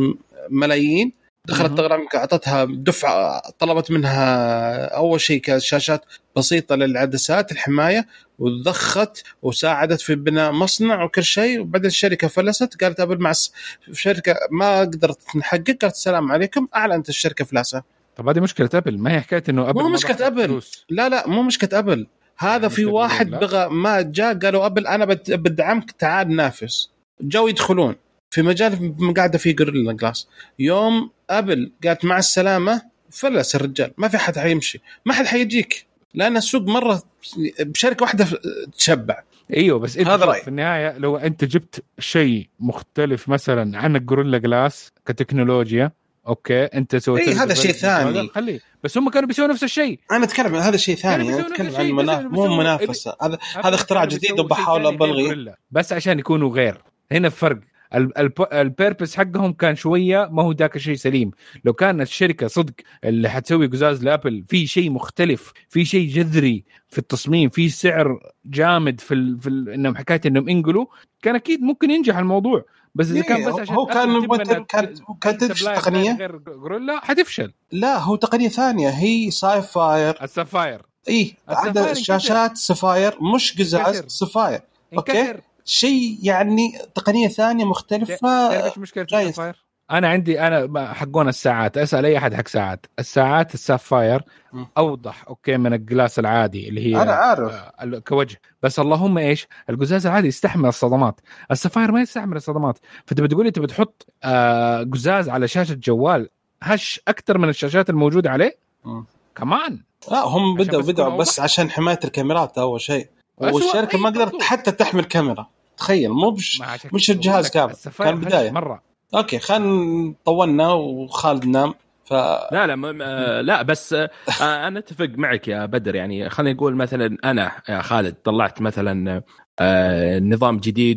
ملايين، دخلت طال عمرك عطتها دفعة، طلبت منها أول شيء كشاشات بسيطة للعدسات الحماية وضخت وساعدت في بناء مصنع وكل شيء، وبعدين الشركة فلست، قالت أبل مع شركة ما قدرت نحقق، قالت السلام عليكم، أعلنت الشركة فلاسة. طب هذه مشكلة أبل، ما هي حكاية إنه أبل مو مشكلة أبل فلوس. لا لا مو مشكلة أبل، هذا في واحد بغى ما جاء قالوا أبل أنا بدعمك تعال نافس، جو يدخلون في مجال قاعدة فيه جوريلا جلاس. يوم أبل قالت مع السلامة فلس الرجال، ما في حد حيمشي، ما حد حيجيك، لأن السوق مرة بشركة واحدة تشبع. ايوه بس انت في النهايه لو انت جبت شيء مختلف مثلا عن الجوريلا جلاس كتكنولوجيا اوكي انت سويت اي هذا شيء ثاني خليه، بس هم كانوا بيسووا نفس الشيء. انا اتكلم عن هذا شيء ثاني، انا اتكلم عن منافسه مو منافسه، هذا هذا اختراع جديد وبحاول ابلغي بس عشان يكونوا غير. هنا الفرق البيربس حقهم كان شويه ما هو ذاك الشيء سليم. لو كانت الشركه صدق اللي حتسوي قزاز لابل في شيء مختلف، في شيء جذري في التصميم، في سعر جامد في ال... في ال... انهم حكايه انهم انقلوا، كان اكيد ممكن ينجح الموضوع. بس اذا كان بس عشان هو كان كان كانت تقنيه غير جوريلا حتفشل. لا هو تقنيه ثانيه، هي سايفاير السفاير اي عندها شاشات سفاير مش قزاز سفاير اوكي شيء يعني تقنيه ثانيه مختلفه. تعرف مشكله السفاير؟ انا عندي انا حقون الساعات، اسال اي احد حق ساعات، الساعات السفاير اوضح اوكي من الجلاس العادي اللي هي انا عارف كوجه، بس اللهم ايش القزاز العادي يستحمل الصدمات، السفاير ما يستحمل الصدمات. فانت بتقولي انت بتحط آه قزاز على شاشه جوال هش اكثر من الشاشات الموجوده عليه م. كمان. لا هم بدأوا بدأوا بس عشان حمايه الكاميرات اول شيء، والشركه ما قدرت حتى تحمل كاميرا. تخيل مو بش مش الجهاز كامل، كان بداية مرة. اوكي خلينا طولنا وخالد نام. ف لا لا م... لا بس انا اتفق معك يا بدر. يعني خلينا نقول مثلا انا يا خالد طلعت مثلا نظام جديد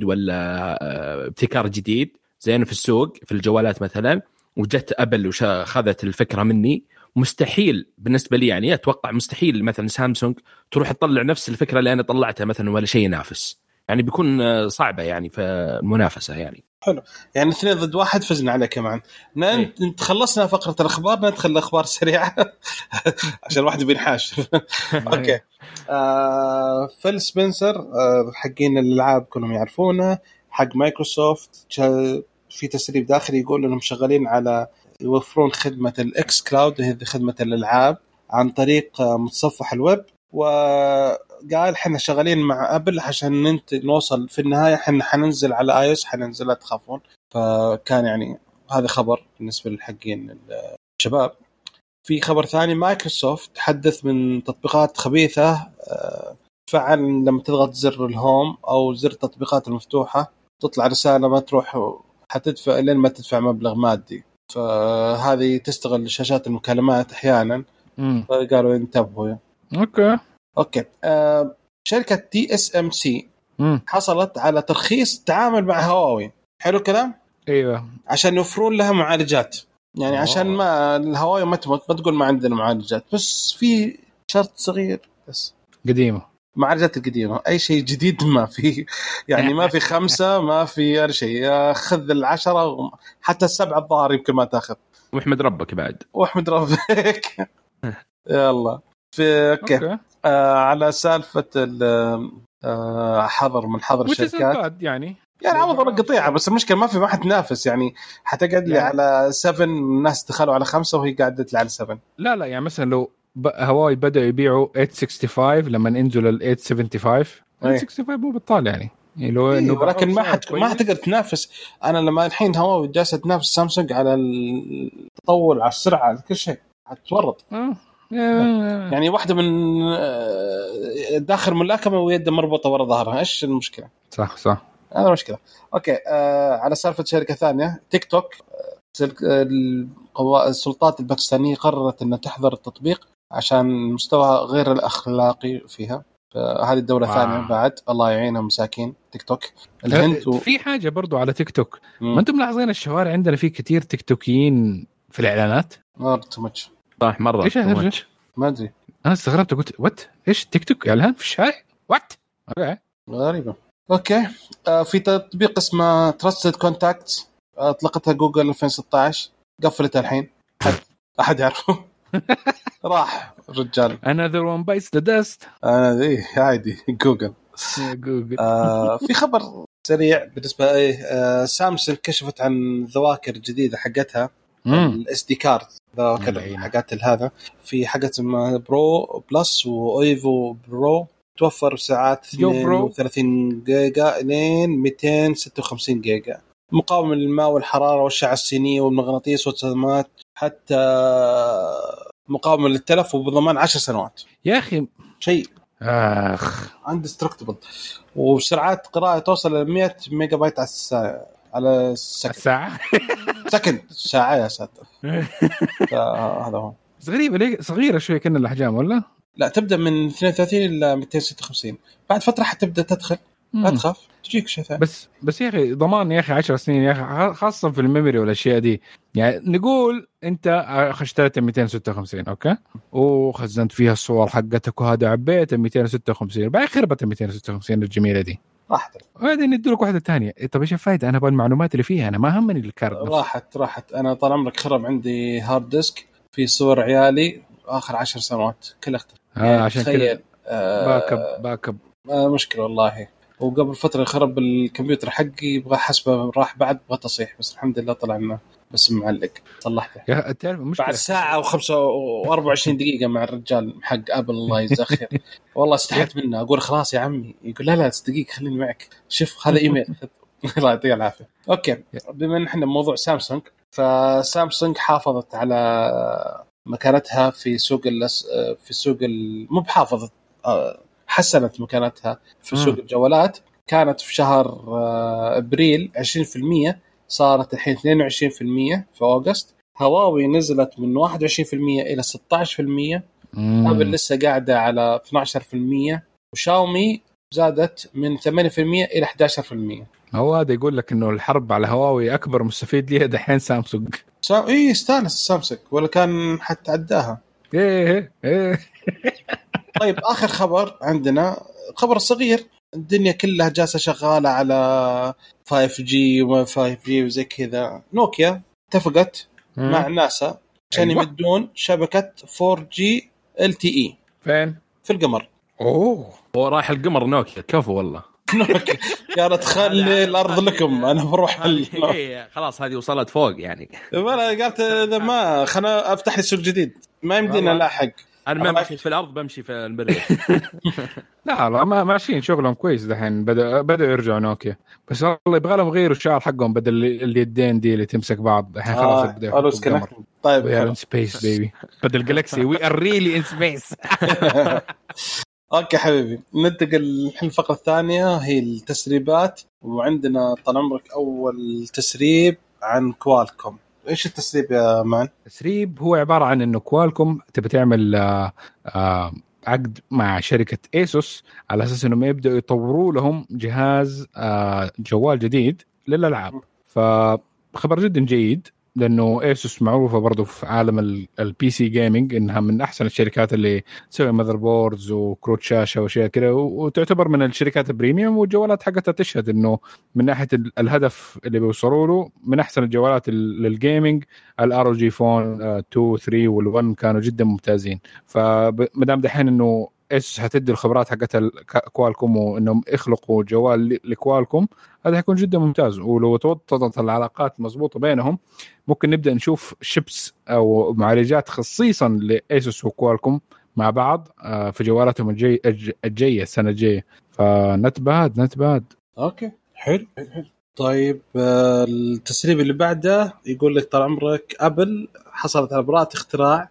ولا ابتكار جديد زين في السوق في الجوالات مثلا، وجت ابل وخذت الفكره مني، مستحيل بالنسبه لي يعني اتوقع مستحيل مثلا سامسونج تروح تطلع نفس الفكره اللي انا طلعتها مثلا ولا شيء ينافس. يعني بيكون صعبة يعني في المنافسة. يعني حلو يعني اثنين ضد واحد فزنا عليه كمان. انت خلصنا فقرة الأخبار، ندخل الأخبار سريعة عشان الواحد بينحاش. أوكي آه فيل سبنسر آه حقين الألعاب كلهم يعرفونه، حق مايكروسوفت، في تسريب داخلي يقول إنهم شغالين على يوفرون خدمة الإكس كلاود، هذه خدمة الألعاب عن طريق متصفح الويب، وقال حنا شغالين مع أبل عشان ننت نوصل في النهاية حنا حننزل على آي إس حننزل لا تخافون. فكان يعني هذا خبر بالنسبة للحقين الشباب. في خبر ثاني، مايكروسوفت تحدث من تطبيقات خبيثة فعل لما تضغط زر الهوم أو زر التطبيقات المفتوحة تطلع رسالة ما تروح حتدفع لين ما تدفع مبلغ مادي، فهذه تستغل شاشات المكالمات أحيانا. فقالوا انتبهوا. اوكي اوكي آه، شركه تي اس ام سي حصلت على ترخيص تعامل مع هواوي. حلو كلام. ايوه عشان يوفرون لها معالجات، يعني أوه. عشان ما الهواوي ما تموت ما تقول ما عندنا معالجات، بس في شرط صغير بس قديمه، معالجات القديمه، اي شيء جديد ما في. يعني ما في خمسة ما في أي شيء، خذ العشرة حتى السبعة الظاهر يمكن ما تاخذ. واحمد ربك بعد واحمد ربك. يلا في اوكي, أوكي. آه على سالفه آه حظر من حظر الشركات يعني يعني عوضوا القطيعه، بس المشكله ما في ما حد تنافس. يعني حتقعد لي يعني على سبعة، الناس دخلوا على خمسة وهي قاعدت لي على سبعة. لا لا يعني مثلا لو هواوي بدأوا يبيعوا ثمانمية وخمسة وستين لما ينزل ال ثمانمية وسبعة وخمسين ثمانمية وستة وخمسين مو بطال يعني. يعني لو إيه انه ولكن ما حت ما حتقدر تنافس. انا لما الحين هواوي جالسه تنافس سامسونج على التطور على السرعه على كل شيء حتورط. آه. يعني واحده من داخل ملاكمه ويد مربوطه ورا ظهرها، ايش المشكله؟ صح صح هذا مشكله. اوكي آه على سالفه شركه ثانيه تيك توك، السلطات الباكستانيه قررت ان تحظر التطبيق عشان المستوى غير الاخلاقي فيها. هذه الدولة ثانية بعد الله يعينهم مساكين تيك توك. الهند و... في حاجة برضو على تيك توك، ما أنتم ملاحظين الشوارع عندنا فيه كتير تيك توكيين في الإعلانات؟ مرة تمتش صح مرة إيش هالهرجة؟ ما أدري أنا استغربت قلت وات إيش تيك توك إعلان في الشارع وات أوكي غريبة. أوكي آه في تطبيق اسمه Trusted Contacts أطلقتها جوجل ألفين وستة عشر، قفلتها الحين أحد أحد يعرفه راح الرجال. Another one bites the dust. أنا إيه عادي جوجل. جوجل. آه في خبر سريع بالنسبة إيه آه سامسونج كشفت عن ذواكر جديدة حقتها الاس دي كارد ذواكر حقات هذا في حاجات برو بلس وايفو برو توفر ساعات اثنين وثلاثين جيجا لين مئتين وستة وخمسين جيجا، مقاوم للماء والحرارة والأشعة السينية والمغناطيس والصدمات، حتى مقاوم للتلف وبضمان عشر سنوات. يا أخي شيء آخ اندستركتبل، وسرعات قراءة توصل ل مئة ميجا بايت على الساعة على السكند. الساعة سكند ساعة يا ساتر. هذا هو صغيرة ليه صغيرة شوية كنا الأحجام ولا؟ لا تبدأ من اثنين وثلاثين إلى مئتين وستة وخمسين، بعد فترة حتبدأ تدخل لا تخاف تجيك شيء ثاني. بس بس يا أخي ضمان يا أخي عشر سنين يا أخي خاصة في الميموري والأشياء دي. يعني نقول أنت اشتريت مئتين وستة وخمسين أوكي وخزنت فيها الصور حقتك وهذا عبيت مئتين وستة وخمسين بعد خربت مئتين وستة وخمسين الجميلة دي راحت. وبعدين ندلك واحدة تانية. طب إيش الفائدة؟ أنا بالمعلومات اللي فيها أنا ما همني الكارت نفسه. راحت راحت. أنا طال عمرك خرب عندي هارد ديسك في صور عيالي آخر عشر سنوات كلها اختفت. آه يعني عشان كده آه باكب باكب آه مشكلة والله. وقبل فترة خرب الكمبيوتر حقي يبغى حسبه راح بعد بغى تصيح بس الحمد لله طلع لنا بس معلق صلحته. يا تعرف مشكلة بعد ساعة وخمسة وأربعة وعشرين دقيقة مع الرجال حق أبل الله يزخر. والله استحيت منه أقول خلاص يا عمي، يقول لا لا دقيقة خليني معك شوف هذا إيميل. الله يعطيه العافية. أوكي بما إن إحنا بموضوع سامسونج، فسامسونج حافظت على مكانتها في سوق في سوق مو بحافظت حسنت مكانتها في سوق الجوالات. كانت في شهر أبريل عشرين بالمئة صارت الحين اثنين وعشرين بالمئة في أغسطس. هواوي نزلت من واحد وعشرين بالمئة إلى ستة عشر بالمئة. أبل لسه قاعدة على اثنا عشر بالمئة وشاومي زادت من ثمانية بالمئة إلى أحد عشر بالمئة. هو هذا يقول لك إنه الحرب على هواوي أكبر مستفيد ليها دحين سامسونج. سا... إيه استانس سامسونج ولا كان حتى عداها. إيه إيه. طيب آخر خبر عندنا خبر صغير. الدنيا كلها جالسة شغالة على فايف جي وما فايف جي وزي كذا. نوكيا اتفقت مع ناسا عشان أيوة. يمدون شبكة فور جي إل تي إي فين؟ في القمر. أوه هو رايح القمر نوكيا كفو والله. نوكيا قالت خلي الأرض لكم أنا بروح ال... خلاص هذه وصلت فوق يعني. وأنا قالت إذا ما خلنا أفتح لي سوق جديد ما يمدينا لاحق. أنا ما مشيت في الأرض بمشي في البر. لا لا ما ماشيين شغلهم كويس دحين. بدأ بدأ يرجعوا نوكيا بس والله يبغى لهم يغيروا الشعار حقهم بدل اليدين دي اللي تمسك بعض الحين خلاص بدأ القمر. طيب we are in space baby بدل جالكسي we are really in space. اوكي حبيبي ننتقل الحين الفقرة الثانية هي التسريبات. وعندنا طال عمرك أول تسريب عن كوالكوم. إيش التسريب يا مان؟ التسريب هو عبارة عن إنه كوالكوم تبي تعمل آآ آآ عقد مع شركة إيسوس على أساس إنهم يبدأوا يطوروا لهم جهاز جوال جديد للألعاب. فخبر جدا جيد لأنه إيسوس معروفة برضو في عالم البي سي جيمينج إنها من أحسن الشركات اللي تسوي ماذر بوردز وكروت شاشة وشيء كده، وتعتبر من الشركات البريميوم. والجوالات حقتها تشهد إنه من ناحية الهدف اللي بيوصلوا له من أحسن الجوالات للجيمينج. الار او جي فون اثنين ثلاثة والون كانوا جدا ممتازين. فمدام دحين إنه إيسوس هتدي الخبرات حقتها كوالكوم وإنهم يخلقوا جوال لكوالكوم هذا هيكون جدا ممتاز. ولو توطدت العلاقات مضبوطة بينهم ممكن نبدأ نشوف شيبس أو معالجات خصيصا لإيسوس وكوالكوم مع بعض في جوالاتهم الجاية الجاية السنة الجاية. فنتباد نتباد اوكي حلو حلو. طيب التسريب اللي بعده يقول لك طال عمرك ابل حصلت على براءة اختراع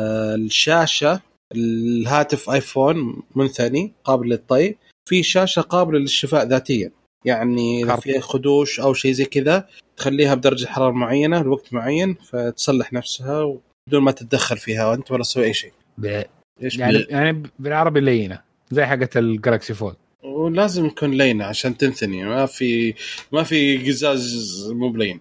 الشاشة الهاتف ايفون منثني قابل للطي في شاشة قابلة للشفاء ذاتيا، يعني إذا فيها خدوش أو شيء زي كذا تخليها بدرجة حرارة معينة لوقت معين فتصلح نفسها بدون ما تتدخل فيها وأنت ولا تسوي أي شيء. يعني ب... يعني بالعربي لينة زي حقة الجلاكسي فولد، ولازم يكون لينة عشان تنثني، ما في ما في قزاز مو بلين.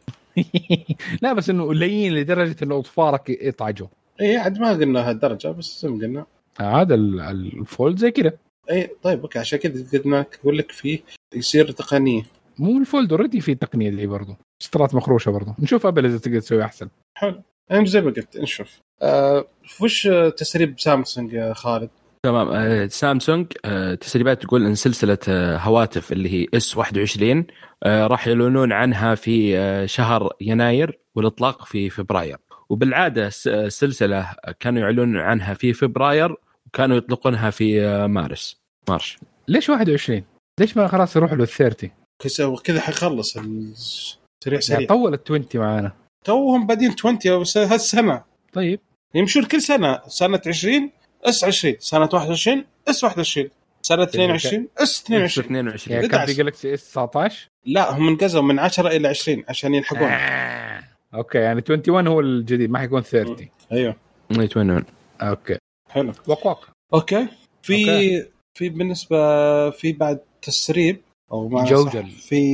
لا بس إنه لين لدرجة إنه أطفالك يطعجوا. إيه عاد ما قلنا هالدرجة بس قلنا هذا الفولد زي كده. اي طيب اوكي عشان كذا قلنا اقول لك فيه يصير تقنيه، مو الفولد اوريدي في تقنيه اللي برضه سترات مخروشه برضه. نشوف ابل اذا تقدر تسوي احسن. حلو يعني زي ما قلت نشوف. أه وش تسريب سامسونج يا خالد؟ تمام. أه سامسونج أه تسريبات تقول ان سلسله أه هواتف اللي هي اس واحد وعشرين أه راح يعلنون عنها في أه شهر يناير والاطلاق في فبراير. وبالعاده السلسله كانوا يعلنون عنها في فبراير وكانوا يطلقونها في مارس مارش. ليش واحد وعشرين؟ ليش ما خلاص يروح له ثلاثين كذا حيخلص السريع سريع يعني طول العشرين معانا توهم بعدين عشرين هالسنة. طيب يمشون كل سنة سنة عشرين اس عشرين سنة واحد وعشرين اس واحد وعشرين سنة اثنين وعشرين اس اثنين وعشرين يعني كان في جالكسي اس تسعة عشر. لا هم انقزوا من عشرة إلى عشرين عشان يلحقون. آه. أوكي يعني واحد وعشرين هو الجديد ما حيكون ثلاثين. أيوه واحد وعشرين. أوكي حلو وقواق. أوكي في أوكي. في بالنسبة في بعد تسريب أو ما جوجل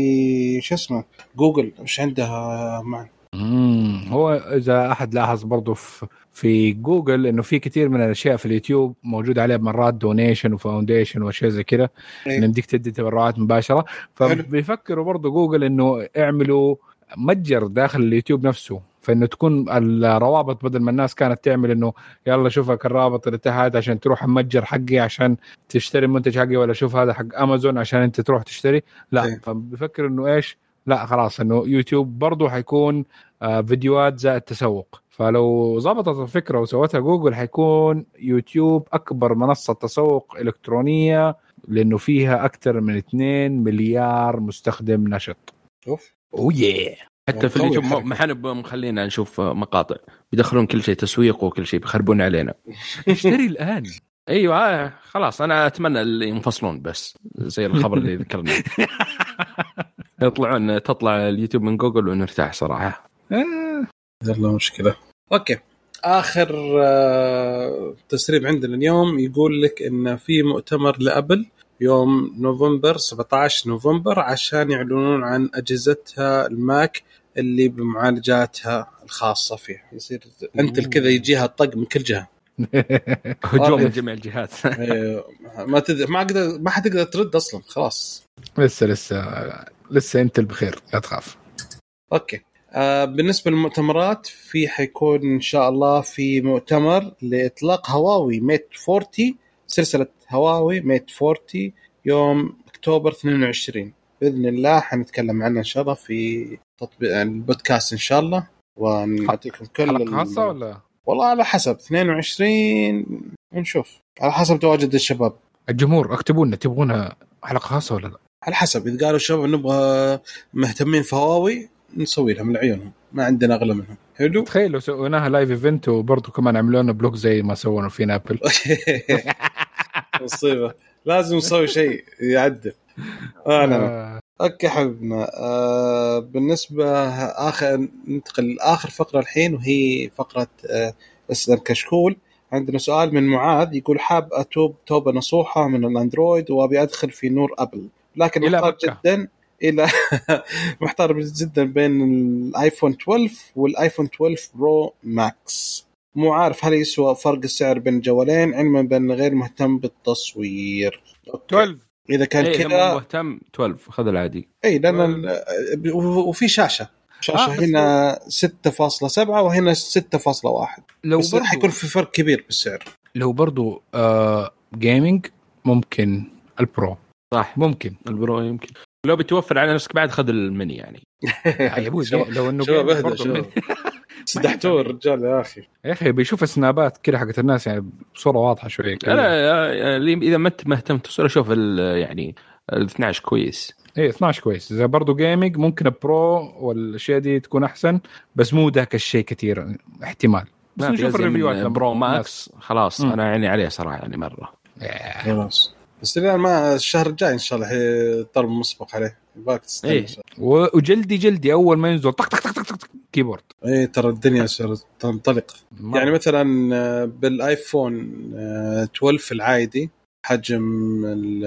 في شو اسمه جوجل وش عندها معنى. امم هو اذا احد لاحظ برضو في في جوجل انه في كثير من الاشياء في اليوتيوب موجود عليها مرات دونيشن وفاونديشن واشياء زي كده ان بدك تدي تبرعات مباشره. فبيفكروا برضو جوجل انه يعملوا متجر داخل اليوتيوب نفسه، فانه تكون الروابط بدل ما الناس كانت تعمل انه يلا شوفك الرابط اللي تحت عشان تروح المتجر حقي عشان تشتري المنتج حقي، ولا شوف هذا حق امازون عشان انت تروح تشتري. لا فبيفكر انه ايش، لا خلاص انه يوتيوب برضو حيكون آه فيديوهات زائد تسوق. فلو ضبطت الفكره وسوتها جوجل حيكون يوتيوب اكبر منصه تسوق الكترونيه لانه فيها اكثر من اثنين مليار مستخدم نشط. شوف اوه yeah. حتى في اليوتيوب ما حنب مخلينا نشوف مقاطع، بيدخلون كل شيء تسويق وكل شيء بيخربون علينا. اشتري الان. ايوه خلاص انا اتمنى اللي ينفصلون بس زي الخبر اللي ذكرنا. يطلعون تطلع اليوتيوب من جوجل ونرتاح صراحه. يلا مشكله. اوكي اخر تسريب عندنا اليوم يقول لك ان في مؤتمر لابل يوم نوفمبر سبعة عشر نوفمبر عشان يعلنون عن اجهزتها الماك اللي بمعالجاتها الخاصه فيه. يصير انت الكذا يجيها الطق من كل جهه. هجوم من جميع الجهات. ما تد... ما اقدر ما حتقدر ترد اصلا خلاص. لسه لسه لسه انت بخير لا تخاف. اوكي آه بالنسبه للمؤتمرات في حيكون ان شاء الله في مؤتمر لاطلاق هواوي ميت أربعين سلسله هواوي ميت أربعين يوم اكتوبر اثنين وعشرين باذن الله. حنتكلم عنه ان شاء الله في تطبيق البودكاست ان شاء الله ونعطيكم كل حلقه خاصه ولا والله على حسب اثنين وعشرين نشوف على حسب تواجد الشباب. الجمهور اكتبوا لنا تبغونها حلقه خاصه ولا لا؟ على حسب اذا قالوا الشباب نبغى مهتمين في هواوي نسوي لها من عيونهم، ما عندنا اغلى منهم. حلو تخيل لو سويناها لايف ايفنت وبرضه كمان عملوا لنا بلوك زي ما سووا في ابل. مصيبه لازم نسوي شيء يعدل. انا آه. اوكي حبنا آه بالنسبه اخر ننتقل لاخر فقره الحين وهي فقره آه اسئله كشكول. عندنا سؤال من معاذ يقول حاب اتوب توبه نصوحه من الاندرويد وابي ادخل في نور ابل لكن محتار جدا الى محتار جدا بين الايفون اثنا عشر والايفون اثنا عشر برو ماكس، مو عارف هل يسوى فرق السعر بين الجوالين علما بان غير مهتم بالتصوير. اثنا عشر اذا كان إيه كذا مهتم اثنا عشر خذ العادي. اي لان وفي شاشه شاشه آه هنا ستة فاصلة سبعة وهنا ستة فاصلة واحد. لو بس راح يكون في فرق كبير بالسعر. لو برضو آه جيمينج ممكن البرو صح ممكن البرو يمكن لو بتوفر على نفسك بعد خذ المني يعني. يا ابوي لو انه برضو سدحتوا الرجال يا اخي يا اخي بيشوف السنابات كده حقت الناس يعني بصوره واضحه شويه. لا اذا ما انت مهتم تصوير شوف يعني ال اثنا عشر كويس. ايه اثناشر كويس. اذا برضو جيمنج ممكن برو والاشياء دي تكون احسن، بس مو ذاك الشيء كثير احتمال. بس نشوف الريفيوات برو ماكس خلاص. م. انا يعني عليه صراحه يعني مره خلاص. بس الان ما الشهر الجاي ان شاء الله هي طلب مسبق عليه باك تستنى. إيه. وجلدي جلدي اول ما ينزل طق طق طق طق كيبورد. اي ترى الدنيا صارت تنطلق. ما. يعني مثلا بالايفون اثنا عشر العادي حجم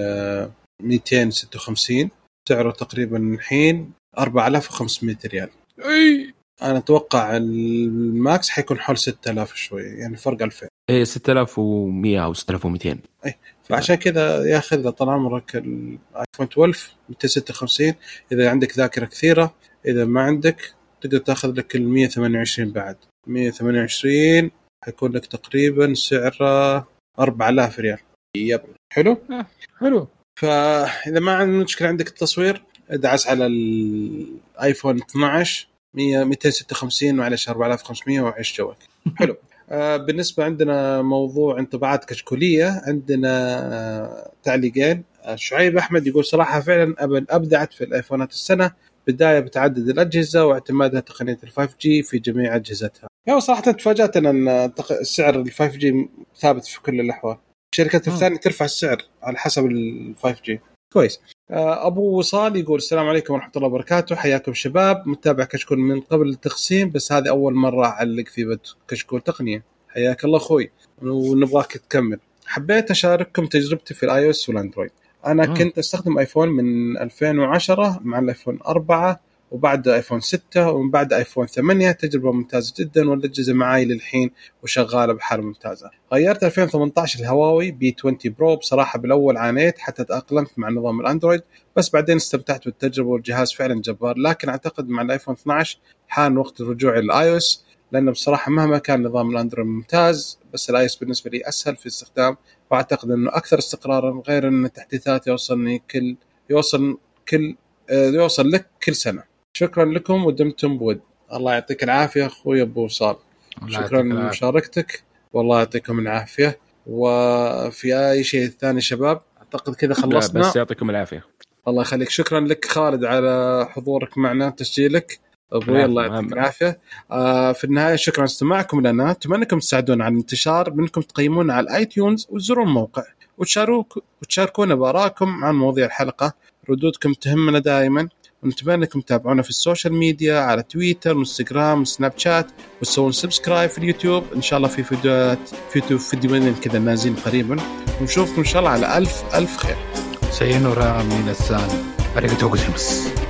ال مئتين وستة وخمسين سعره تقريبا الحين أربعة آلاف وخمسمائة ريال. اي انا اتوقع الماكس حيكون حول ستة آلاف شوي، يعني فرق ألفين. ايه ستة آلاف ومئة او ستة آلاف ومئتين. اي فعشان كذا ياخذ طال عمرك الايفون اثنا عشر مئتين وستة وخمسين اذا عندك ذاكره كثيره. اذا ما عندك تقدر تاخذ لك ال مئة وثمانية وعشرين بعد. مئة وثمانية وعشرين حيكون لك تقريبا سعره أربعة آلاف ريال. يب حلو آه. حلو. فاذا ما عندك مشكله عندك التصوير ادعس على الايفون اثنا عشر مئتين وستة وخمسين وعلى أربعة آلاف وخمسمائة وعيش جوك. حلو. آه بالنسبه عندنا موضوع انطباعات كشكوليه، عندنا آه تعليقين. آه شعيب احمد يقول صراحه فعلا ابل ابدعت في الايفونات السنه، بدايه بتعدد الاجهزه واعتمادها تقنيه الفايف جي في جميع اجهزتها. يعني صراحه تفاجات ان السعر الفايف جي ثابت في كل الاحوال. الشركات الثانيه ترفع السعر على حسب الفايف جي. كويس. أبو وصال يقول السلام عليكم ورحمة الله وبركاته، حياكم شباب، متابع كشكول من قبل التقسيم بس هذه أول مرة أعلق في كشكول تقنية. حياك الله أخوي ونبغاك تكمل. حبيت أشارككم تجربتي في الآي أو إس والأندرويد. أنا م. كنت أستخدم آيفون من ألفين وعشرة مع الآيفون أربعة وبعد آيفون ستة ومن بعد آيفون ثمانية، تجربة ممتازة جدا والأجهزة معاي للحين وشغالة بحالة ممتازة. غيرت ألفين وثمانية عشر الهواوي بي عشرين برو، بصراحة بالأول عانيت حتى تأقلمت مع نظام الأندرويد بس بعدين استمتعت بالتجربة والجهاز فعلا جبار. لكن أعتقد مع الآيفون اثنا عشر حان وقت الرجوع للآي أو إس، لأنه بصراحة مهما كان نظام الأندرويد ممتاز بس الآي أو إس بالنسبة لي أسهل في الاستخدام وأعتقد أنه أكثر استقرارا، غير أن التحديثات يوصلني كل يوصل كل يوصل لك كل سنة. شكرا لكم ودمتم بود. الله يعطيك العافية أخوي أبو وصال، شكرا لمشاركتك والله يعطيكم العافية. وفي أي شيء ثاني شباب أعتقد كذا خلصنا. بس يعطيكم العافية. الله يخليك. شكرا لك خالد على حضورك معنا وتسجيلك أبوي، الله يعطيك العافية. آه في النهاية شكرا استماعكم لنا، أتمنى أنكم تساعدونا على الانتشار بأنكم تقيمونا على الآي تيونز وتزورون الموقع وتشارك وتشاركونا بآرائكم عن مواضيع الحلقة. ردودكم تهمنا دائما، ونتمنى انكم تتابعونا في السوشيال ميديا على تويتر وانستغرام وسناب شات وتسوون سبسكرايب في اليوتيوب. ان شاء الله في فيديوهات في فيديوهين كذا نازلين قريبا، ونشوفكم ان شاء الله على الف الف خير. سينورا من السان اريغاتو غوزايماس.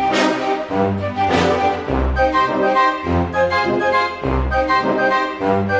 Thank you.